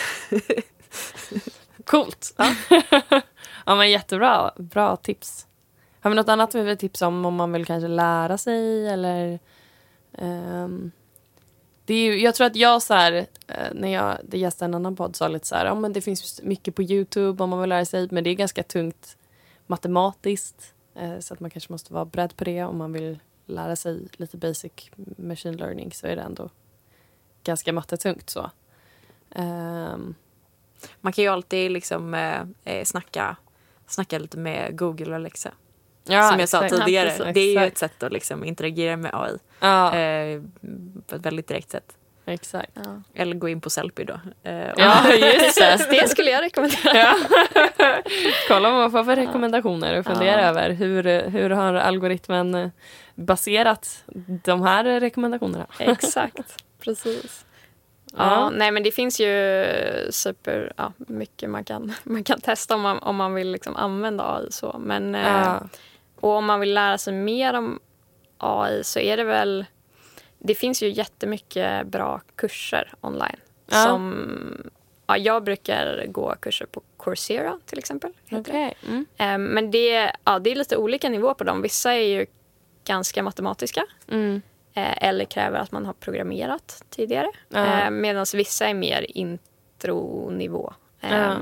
Coolt. Ja. Ja, men jättebra. Bra tips. Har vi något annat vi vill tipsa om om man vill kanske lära sig eller... ehm, det är ju, jag tror att jag så här, eh, när jag det gästade en annan podd sa lite så här, ja, men det finns mycket på YouTube om man vill lära sig, men det är ganska tungt matematiskt, eh, så att man kanske måste vara beredd på det om man vill lära sig lite basic machine learning, så är det ändå ganska mattetungt så. Ehm, Man kan ju alltid liksom eh, eh, snacka, snacka lite med Google och Alexa. ja, som jag sa exakt. tidigare. Exakt. Det är ju ett sätt att liksom interagera med A I. Ja, Eh, på ett väldigt direkt sätt. exakt. Ja. Eller gå in på Sellpy då. Eh, och- Ja, just det. Det skulle jag rekommendera. Ja. Kolla vad man får för rekommendationer och fundera Ja. över hur, hur har algoritmen baserat de här rekommendationerna. Exakt, precis. Ja, Ja. nej men det finns ju super, ja, mycket man kan, man kan testa om man, om man vill liksom använda A I så. Men, eh, Ja. och om man vill lära sig mer om A I så är det väl, det finns ju jättemycket bra kurser online. Ja. Som, ja, jag brukar gå kurser på Coursera till exempel. heter Okej. Mm. det. Eh, men det, ja, det är lite olika nivåer på dem. Vissa är ju ganska matematiska. Mm. Eh, eller kräver att man har programmerat tidigare. Ja. Eh, Medan vissa är mer intronivå. Eh, Ja.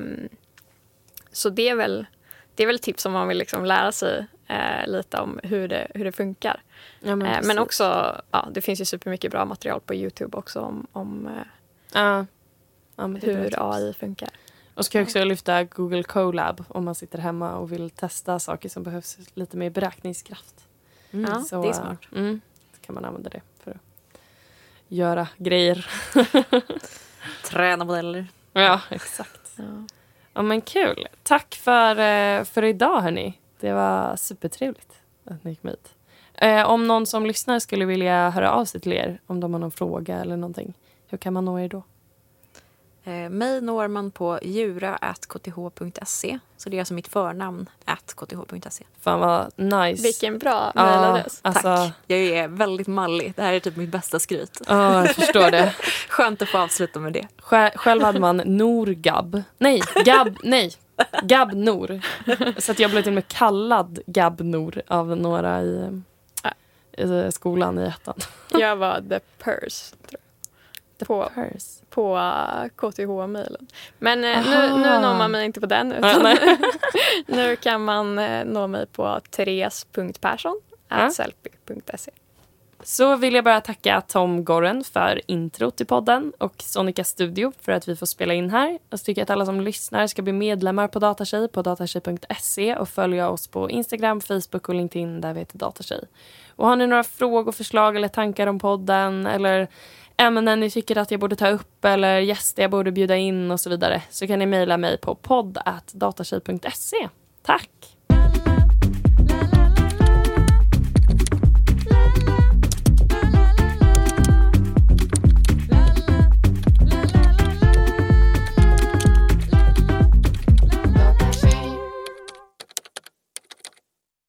Så det är väl det är väl tips om man vill liksom lära sig eh, lite om hur det, hur det funkar. Ja, men, Eh, precis. men också, ja, det finns ju supermycket bra material på YouTube också om, om eh, Ja. Ja, men det är bra tips. hur A I funkar. Och så kan jag också lyfta Google Colab om man sitter hemma och vill testa saker som behövs lite mer beräkningskraft. Mm, Ja, Så, det är smart. Mm, så kan man använda det för att göra grejer. Träna modeller. Ja, exakt. Ja. Ja, men kul. Tack för, eh, för idag, hörni. Det var supertrevligt att ni kom hit. Eh, om någon som lyssnar skulle vilja höra av sig till er, om de har någon fråga eller någonting, hur kan man nå er då? Eh, mig når man på jura at k t h punkt se. Så det är alltså mitt förnamn, at k t h punkt se. Fan vad nice. Vilken bra Ja, mejladress. alltså, Tack. Jag är väldigt mallig. Det här är typ mitt bästa skryt. Ja, jag förstår det. Skönt att få avsluta med det. Själv, själv hade man Norgab. Nej, Gab, nej. Gab Nor. Så att jag blev till och med kallad Gab Nor av några i, i skolan i ettan. Jag var the purse, tror jag. På, Purse. på uh, K T H-mejlen. Men eh, Aha. nu, nu når man mig inte på den. Utan Ja, nej. nu kan man eh, nå mig på therese punkt persson Ja. at selfie punkt se. Så vill jag bara tacka Tom Gorren för intro till podden och Sonica Studio för att vi får spela in här. Jag tycker att alla som lyssnar ska bli medlemmar på Datatjej på datatjej punkt se och följa oss på Instagram, Facebook och LinkedIn där vi heter Datatjej. Och har ni några frågor, förslag eller tankar om podden eller ämnen ni tycker att jag borde ta upp eller gäster jag borde bjuda in och så vidare så kan ni mejla mig på podd at datatjej punkt se. Tack!